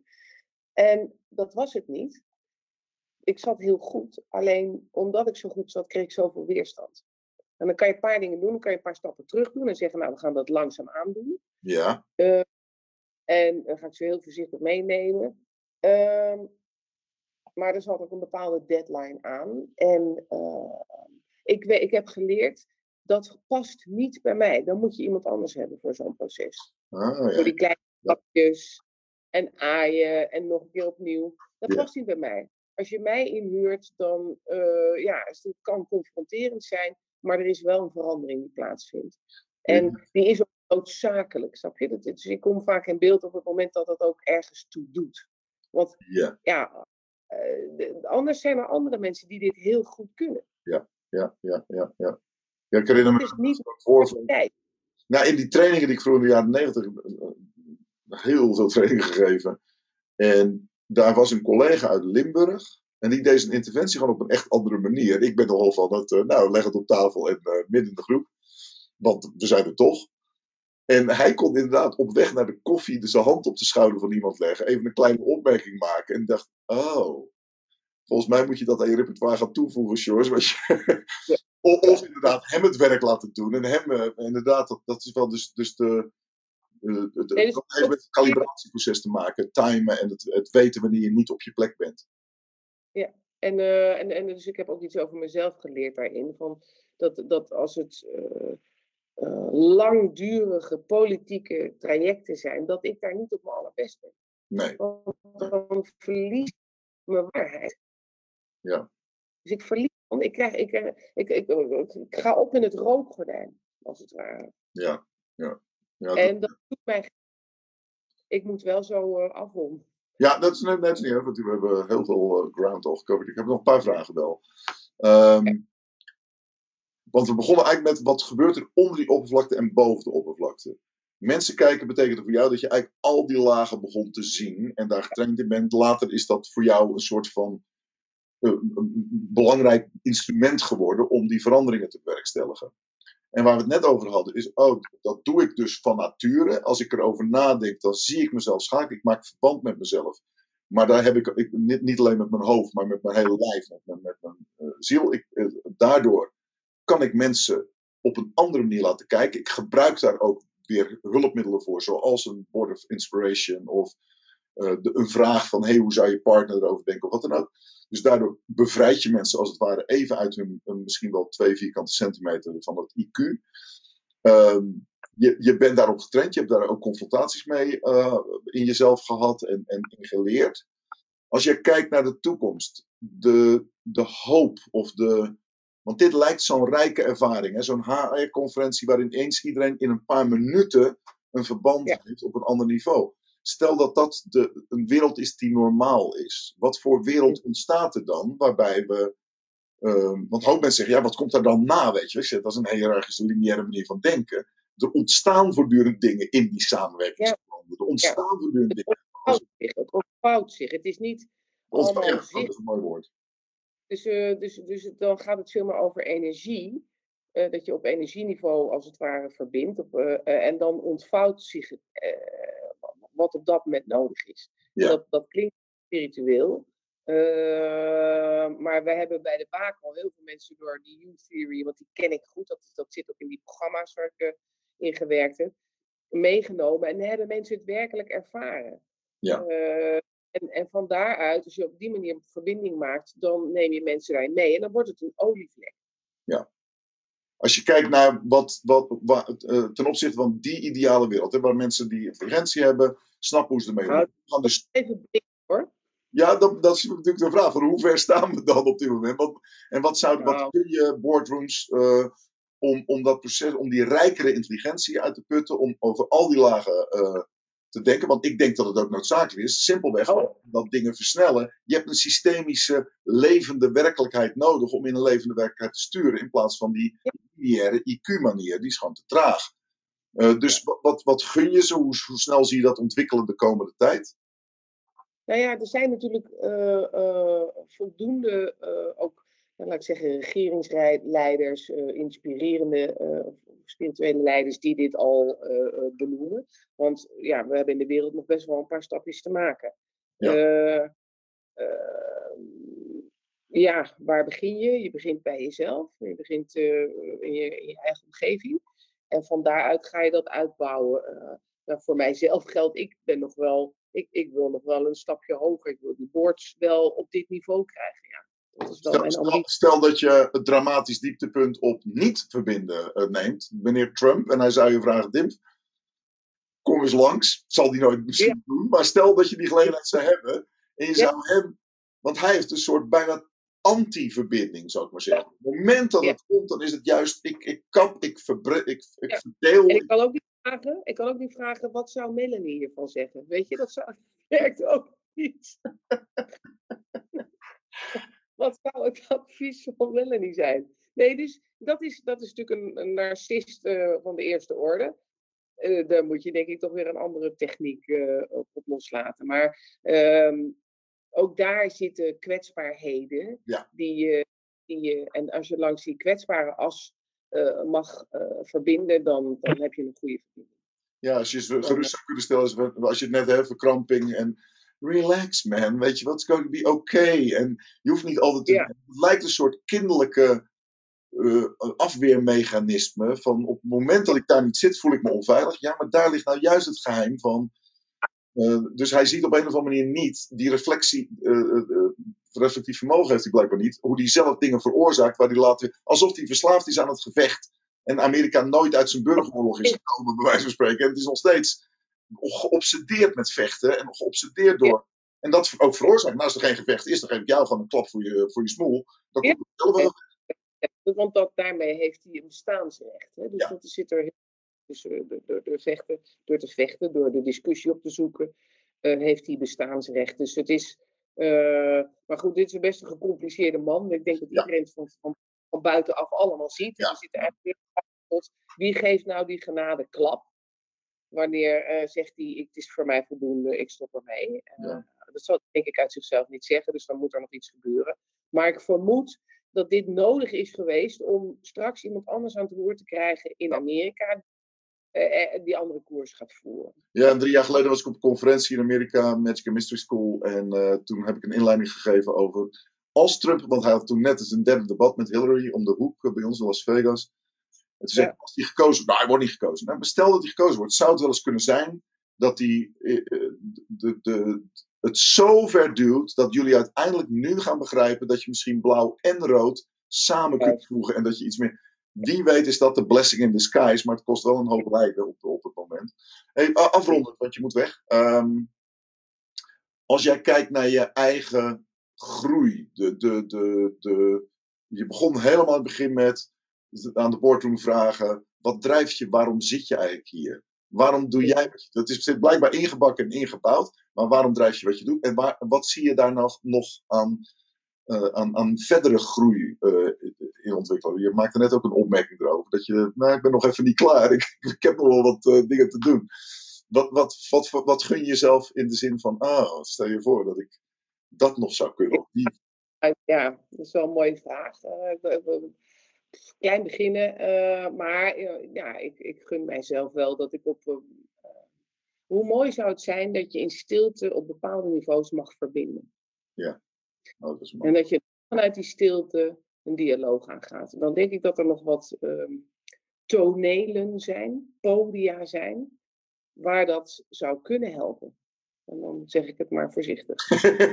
En dat was het niet. Ik zat heel goed, alleen omdat ik zo goed zat, kreeg ik zoveel weerstand. En dan kan je een paar dingen doen, dan kan je een paar stappen terug doen en zeggen, nou, we gaan dat langzaam aandoen. Ja. Uh, en dan ga ik ze heel voorzichtig meenemen. Uh, maar er zat ook een bepaalde deadline aan. En uh, ik, ik heb geleerd, dat past niet bij mij. Dan moet je iemand anders hebben voor zo'n proces. Ah, ja. Voor die kleine stapjes en aaien en nog een keer opnieuw. Dat ja. past niet bij mij. Als je mij inhuurt, dan uh, ja, het kan confronterend zijn, maar er is wel een verandering die plaatsvindt. En ja. die is ook noodzakelijk, snap je? Dus ik kom vaak in beeld op het moment dat het ook ergens toe doet. Want ja, ja uh, de, anders zijn er andere mensen die dit heel goed kunnen. Ja, ja, ja, ja. ja. ja ik herinner me het is niet voor. Nou, in die trainingen die ik vroeger in de jaren negentig heel veel trainingen gegeven. En daar was een collega uit Limburg. En die deed zijn interventie gewoon op een echt andere manier. Ik ben nogal van het, uh, nou, leg het op tafel en uh, midden in de groep. Want we zijn er toch. En hij kon inderdaad op weg naar de koffie dus zijn hand op de schouder van iemand leggen. Even een kleine opmerking maken. En dacht, oh, volgens mij moet je dat aan je repertoire gaan toevoegen, Sjors. Ja. of, of inderdaad hem het werk laten doen. En hem, uh, inderdaad, dat, dat is wel dus, dus de... Uh, het, nee, dus dat heeft met het calibratieproces te maken. Timen en het, het weten wanneer je niet op je plek bent. Ja, en, uh, en, en dus ik heb ook iets over mezelf geleerd daarin. Van dat, dat als het uh, uh, langdurige politieke trajecten zijn, dat ik daar niet op mijn allerbest ben. Nee. Want dan verlies ik mijn waarheid. Ja. Dus ik verlies, ik, krijg, ik, ik, ik, ik, ik ga op in het rookgordijn, als het ware. Ja, ja. Ja, dat... En dat doet mij. Ik moet wel zo uh, afronden. Ja, dat is net, net niet, hè, want we hebben heel veel uh, ground al gecoverd. Ik heb nog een paar vragen wel. Um, ja. Want we begonnen eigenlijk met wat gebeurt er onder die oppervlakte en boven de oppervlakte. Mensen kijken betekent voor jou dat je eigenlijk al die lagen begon te zien en daar getraind in bent. Later is dat voor jou een soort van uh, een belangrijk instrument geworden om die veranderingen te bewerkstelligen. En waar we het net over hadden is, oh, dat doe ik dus van nature. Als ik erover nadenk, dan zie ik mezelf schakelen. Ik maak verband met mezelf. Maar daar heb ik, ik niet, niet alleen met mijn hoofd, maar met mijn hele lijf, met mijn, met mijn uh, ziel. Ik, uh, daardoor kan ik mensen op een andere manier laten kijken. Ik gebruik daar ook weer hulpmiddelen voor, zoals een board of inspiration of uh, de, een vraag van, hey, hoe zou je partner erover denken of wat dan ook. Dus daardoor bevrijd je mensen als het ware even uit hun uh, misschien wel twee vierkante centimeter van het I Q. Um, je, je bent daarop getraind, je hebt daar ook confrontaties mee uh, in jezelf gehad en, en in geleerd. Als je kijkt naar de toekomst, de, de hoop of de... Want dit lijkt zo'n rijke ervaring, hè? Zo'n H R-conferentie waarin eens iedereen in een paar minuten een verband ja. heeft op een ander niveau. Stel dat dat de, een wereld is die normaal is. Wat voor wereld ontstaat er dan waarbij we... Um, want hoop mensen zeggen, ja, wat komt er dan na, weet je? Ik zeg, dat is een hiërarchische, lineaire manier van denken. Er ontstaan voortdurend dingen in die samenwerkingsverbanden. Ja. Er ontstaan ja. voortdurend het dingen. Ontvouwt zich, het ontvouwt zich. Het is niet allemaal ja, zicht. dat is een mooi woord. Dus, uh, dus, dus dan gaat het veel meer over energie. Uh, dat je op energieniveau als het ware verbindt. Op, uh, uh, en dan ontvouwt zich uh, wat op dat moment nodig is. Ja. Dat, dat klinkt spiritueel. Uh, maar wij hebben bij de Baak al heel veel mensen door die Youth Theory, want die ken ik goed, dat, dat zit ook in die programma's waar ik uh, in gewerkt heb, meegenomen. En hebben mensen het werkelijk ervaren. Ja. Uh, en, en van daaruit, als je op die manier verbinding maakt, dan neem je mensen daarin mee. En dan wordt het een olievlek. Ja. Als je kijkt naar wat, wat, wat uh, ten opzichte van die ideale wereld, hè, waar mensen die intelligentie hebben, snappen hoe ze ermee nou, omgaan. Dus... Even blik, hoor. Ja, dat, dat is natuurlijk de vraag. Van hoe ver staan we dan op dit moment? Wat, en wat, zou, nou. wat kun je boardrooms uh, om, om dat proces, om die rijkere intelligentie uit te putten, om over al die lagen uh, te denken? Want ik denk dat het ook noodzakelijk is. Simpelweg oh. dat dingen versnellen. Je hebt een systemische, levende werkelijkheid nodig om in een levende werkelijkheid te sturen. In plaats van die lineaire I Q-manier. Die is gewoon te traag. Uh, dus wat, wat, wat gun je ze? Hoe, hoe snel zie je dat ontwikkelen de komende tijd? Nou ja, er zijn natuurlijk uh, uh, voldoende, uh, ook, nou, laat ik zeggen, regeringsleiders, uh, inspirerende uh, spirituele leiders die dit al uh, benoemen. Want ja, we hebben in de wereld nog best wel een paar stapjes te maken. Ja, uh, uh, ja waar begin je? Je begint bij jezelf. Je begint uh, in, je, in je eigen omgeving. En van daaruit ga je dat uitbouwen. Uh, nou, voor mijzelf geldt, ik ben nog wel... Ik, ik wil nog wel een stapje hoger. Ik wil die boards wel op dit niveau krijgen. Ja. Dat is wel stel, mijn stel, stel dat je het dramatisch dieptepunt op niet verbinden uh, neemt. Meneer Trump. En hij zou je vragen, Dim, kom eens langs. Zal die nooit misschien ja. doen. Maar stel dat je die gelegenheid zou hebben. En je ja. zou hem... Want hij heeft een soort bijna anti-verbinding, zou ik maar zeggen. Op het moment dat ja. het komt, dan is het juist... Ik, ik kap, ik, verbre, ik, ik ja. verdeel... En ik kan ook niet vragen, ik kan ook niet vragen, wat zou Melanie hiervan zeggen? Weet je, dat zou, werkt ook niet. Wat zou het advies van Melanie zijn? Nee, dus dat is, dat is natuurlijk een, een narcist uh, van de eerste orde. Uh, daar moet je denk ik toch weer een andere techniek uh, op, op loslaten. Maar um, ook daar zitten kwetsbaarheden. Ja. Die, uh, die, uh, en als je langs die kwetsbare as uh, mag uh, verbinden, dan, dan heb je een goede verbinding. Ja, als je gerust zou kunnen stellen, als je het net hebt, verkramping en relax man, weet je wat, it's going to be okay. En je hoeft niet altijd te... Ja. Het lijkt een soort kinderlijke uh, afweermechanisme van op het moment dat ik daar niet zit, voel ik me onveilig. Ja, maar daar ligt nou juist het geheim van... Uh, dus hij ziet op een of andere manier niet die reflectie, uh, uh, reflectief vermogen heeft hij blijkbaar niet, hoe hij zelf dingen veroorzaakt, waar hij later, alsof hij verslaafd is aan het gevecht. En Amerika nooit uit zijn burgeroorlog is gekomen, bij wijze van spreken. En het is nog steeds geobsedeerd met vechten en geobsedeerd door. Ja. En dat ook veroorzaakt. Nou, als er geen gevecht is, dan geef ik jou gewoon een klap voor je, voor je smoel. Dan komt het zelf wel. Ja, want dat, daarmee heeft hij een bestaansrecht. Hè? Dus ja. dat zit er dus, uh, door, door, vechten, door te vechten, door de discussie op te zoeken, uh, heeft hij bestaansrecht. Dus het is. Uh, maar goed, dit is best een gecompliceerde man. Ik denk dat iedereen het van, van, van buitenaf allemaal ziet. Ja. We zitten eigenlijk tot wie geeft nou die genadeklap? wanneer uh, zegt hij, het is voor mij voldoende, ik stop ermee. Uh, Ja. Dat zal denk ik uit zichzelf niet zeggen, dus dan moet er nog iets gebeuren. Maar ik vermoed dat dit nodig is geweest om straks iemand anders aan het roer te krijgen in Ja. Amerika, uh, die andere koers gaat voeren. Ja, drie jaar geleden was ik op een conferentie in Amerika, Magic and Mystery School. En uh, toen heb ik een inleiding gegeven over, als Trump, want hij had toen net eens een derde debat met Hillary om de hoek bij ons in Las Vegas. En toen zei ik, als hij gekozen wordt, nou hij wordt niet gekozen. Nou, maar stel dat hij gekozen wordt, zou het wel eens kunnen zijn dat hij uh, de, de, het zo ver duwt dat jullie uiteindelijk nu gaan begrijpen dat je misschien blauw en rood samen kunt voegen en dat je iets meer... Wie weet is dat de blessing in disguise, maar het kost wel een hoop lijden op, op het moment. Hey, afrondend, want je moet weg. Um, als jij kijkt naar je eigen groei, de, de, de, de, je begon helemaal aan het begin met aan de boardroom vragen, wat drijft je, waarom zit je eigenlijk hier? Waarom doe jij wat je doet? Het is blijkbaar ingebakken en ingebouwd, maar waarom drijf je wat je doet? En waar, wat zie je daar nog, nog aan, uh, aan, aan verdere groei uh, in ontwikkelen? Je maakte net ook een opmerking erover, dat je, nou ik ben nog even niet klaar, ik, ik heb nog wel wat uh, dingen te doen. Wat, wat, wat, wat, wat gun je jezelf in de zin van, ah, stel je voor dat ik dat nog zou kunnen? Die... Ja, dat is wel een mooie vraag. Uh, klein beginnen, uh, maar uh, ja, ik, ik gun mijzelf wel dat ik op... Uh, hoe mooi zou het zijn dat je in stilte op bepaalde niveaus mag verbinden. Ja, oh, dat is mooi. En dat je vanuit die stilte een dialoog aangaat. Dan denk ik dat er nog wat um, tonelen zijn, podia zijn, waar dat zou kunnen helpen. En dan zeg ik het maar voorzichtig.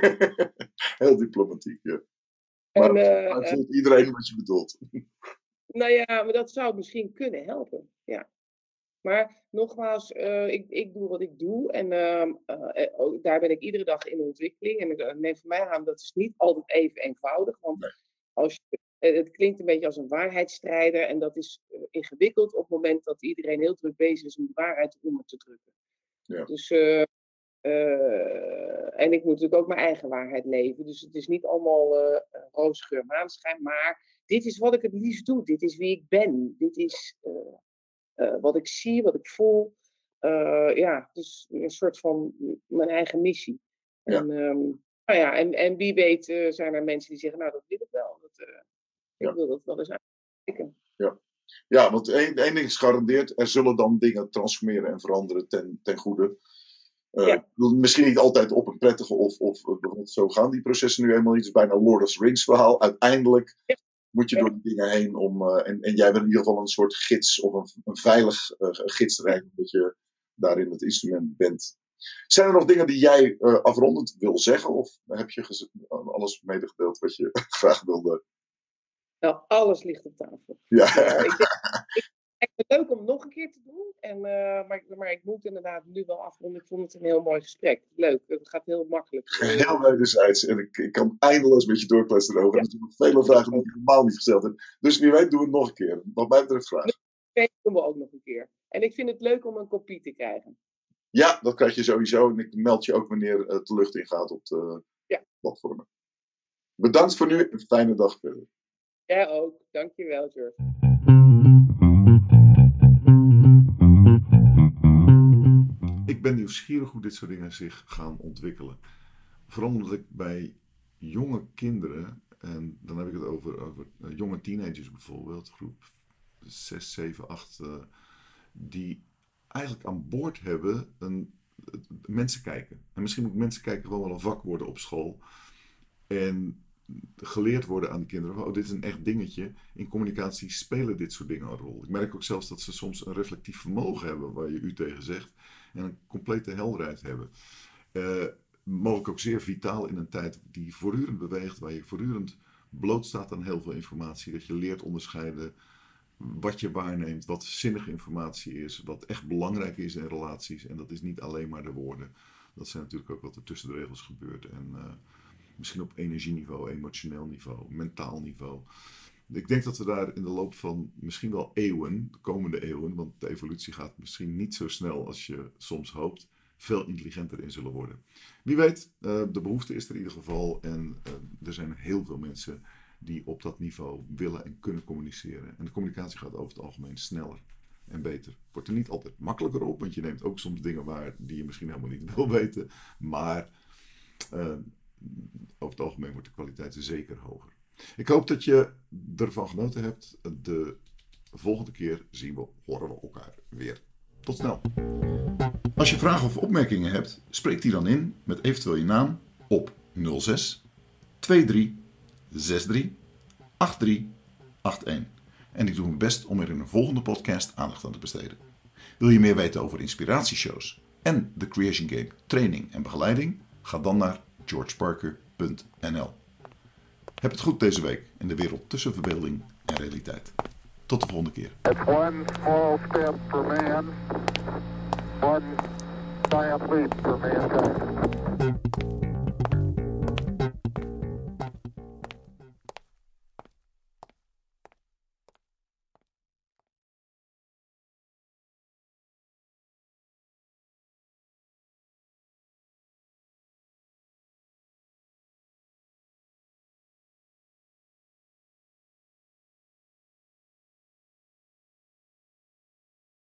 Heel diplomatiek, ja. Maar, en, uh, maar voelt uh, iedereen wat je bedoelt. Nou ja, maar dat zou misschien kunnen helpen, ja. Maar nogmaals, uh, ik, ik doe wat ik doe en uh, uh, uh, daar ben ik iedere dag in ontwikkeling. En ik uh, neem van mij aan, dat is niet altijd even eenvoudig. Want nee. als je, uh, het klinkt een beetje als een waarheidsstrijder en dat is uh, ingewikkeld op het moment dat iedereen heel druk bezig is om de waarheid onder te drukken. Ja. Dus, uh, uh, en ik moet natuurlijk ook mijn eigen waarheid leven. Dus het is niet allemaal uh, roze geur maanschijn, maar dit is wat ik het liefst doe. Dit is wie ik ben. Dit is... Uh, Uh, wat ik zie, wat ik voel. Uh, ja, dus een soort van mijn eigen missie. Ja. En, um, nou ja, en, en wie weet uh, zijn er mensen die zeggen, nou dat wil ik wel. Dat, uh, ik ja. wil dat wel eens aankijken. Ja. Ja, want één, één ding is gegarandeerd, er zullen dan dingen transformeren en veranderen ten, ten goede. Uh, ja. Misschien niet altijd op een prettige of, of bijvoorbeeld zo gaan die processen nu helemaal niet. Het is bijna Lord of the Rings verhaal. Uiteindelijk ja. moet je door die dingen heen om... Uh, en, en jij bent in ieder geval een soort gids of een, een veilig uh, gidsterrein, dat je daarin het instrument bent. Zijn er nog dingen die jij uh, afrondend wil zeggen? Of heb je gez- alles medegedeeld wat je graag wilde? Nou, alles ligt op tafel. Ja. Uh, ik, ik, ik vind het leuk om het nog een keer te doen. En, uh, maar, maar ik moet inderdaad nu wel afronden. Ik vond het een heel mooi gesprek. Leuk, het gaat heel makkelijk. Heel wederzijds. En ik, ik kan eindeloos met je doorkletsen erover. Ja. Er zijn nog vele vragen die ik helemaal niet gesteld heb. Dus wie weet doen we het nog een keer. Wat mij betreft graag. Nee, doen we ook nog een keer. En ik vind het leuk om een kopie te krijgen. Ja, dat krijg je sowieso. En ik meld je ook wanneer het de lucht ingaat op de ja. platformen. Bedankt voor nu. Een fijne dag verder. Jij ook. Dankjewel, George. Ik ben nieuwsgierig hoe dit soort dingen zich gaan ontwikkelen. Vooral omdat ik bij jonge kinderen, en dan heb ik het over, over uh, jonge teenagers bijvoorbeeld, groep zes, zeven, acht, uh, die eigenlijk aan boord hebben een, uh, mensen kijken. En misschien moet mensen kijken gewoon wel een vak worden op school. En geleerd worden aan de kinderen van, oh, dit is een echt dingetje. In communicatie spelen dit soort dingen een rol. Ik merk ook zelfs dat ze soms een reflectief vermogen hebben, waar je u tegen zegt, en een complete helderheid hebben. Uh, mogelijk ook zeer vitaal in een tijd die voortdurend beweegt, waar je voortdurend blootstaat aan heel veel informatie, dat je leert onderscheiden wat je waarneemt, wat zinnige informatie is, wat echt belangrijk is in relaties. En dat is niet alleen maar de woorden. Dat zijn natuurlijk ook wat er tussen de regels gebeurt. En uh, misschien op energieniveau, emotioneel niveau, mentaal niveau. Ik denk dat we daar in de loop van misschien wel eeuwen, de komende eeuwen, want de evolutie gaat misschien niet zo snel als je soms hoopt, veel intelligenter in zullen worden. Wie weet, uh, de behoefte is er in ieder geval en uh, er zijn heel veel mensen die op dat niveau willen en kunnen communiceren. En de communicatie gaat over het algemeen sneller en beter. Wordt er niet altijd makkelijker op, want je neemt ook soms dingen waar die je misschien helemaal niet wil weten. Maar uh, over het algemeen wordt de kwaliteit zeker hoger. Ik hoop dat je ervan genoten hebt. De volgende keer zien we, horen we elkaar weer. Tot snel. Als je vragen of opmerkingen hebt, spreek die dan in met eventueel je naam op nul zes tweeëntwintig zesentdertig achttien achtendertig. En ik doe mijn best om er in een volgende podcast aandacht aan te besteden. Wil je meer weten over inspiratieshows en de Creation Game training en begeleiding? Ga dan naar george parker punt n l. Heb het goed deze week in de wereld tussen verbeelding en realiteit. Tot de volgende keer. It's one small step for man, one giant leap for mankind.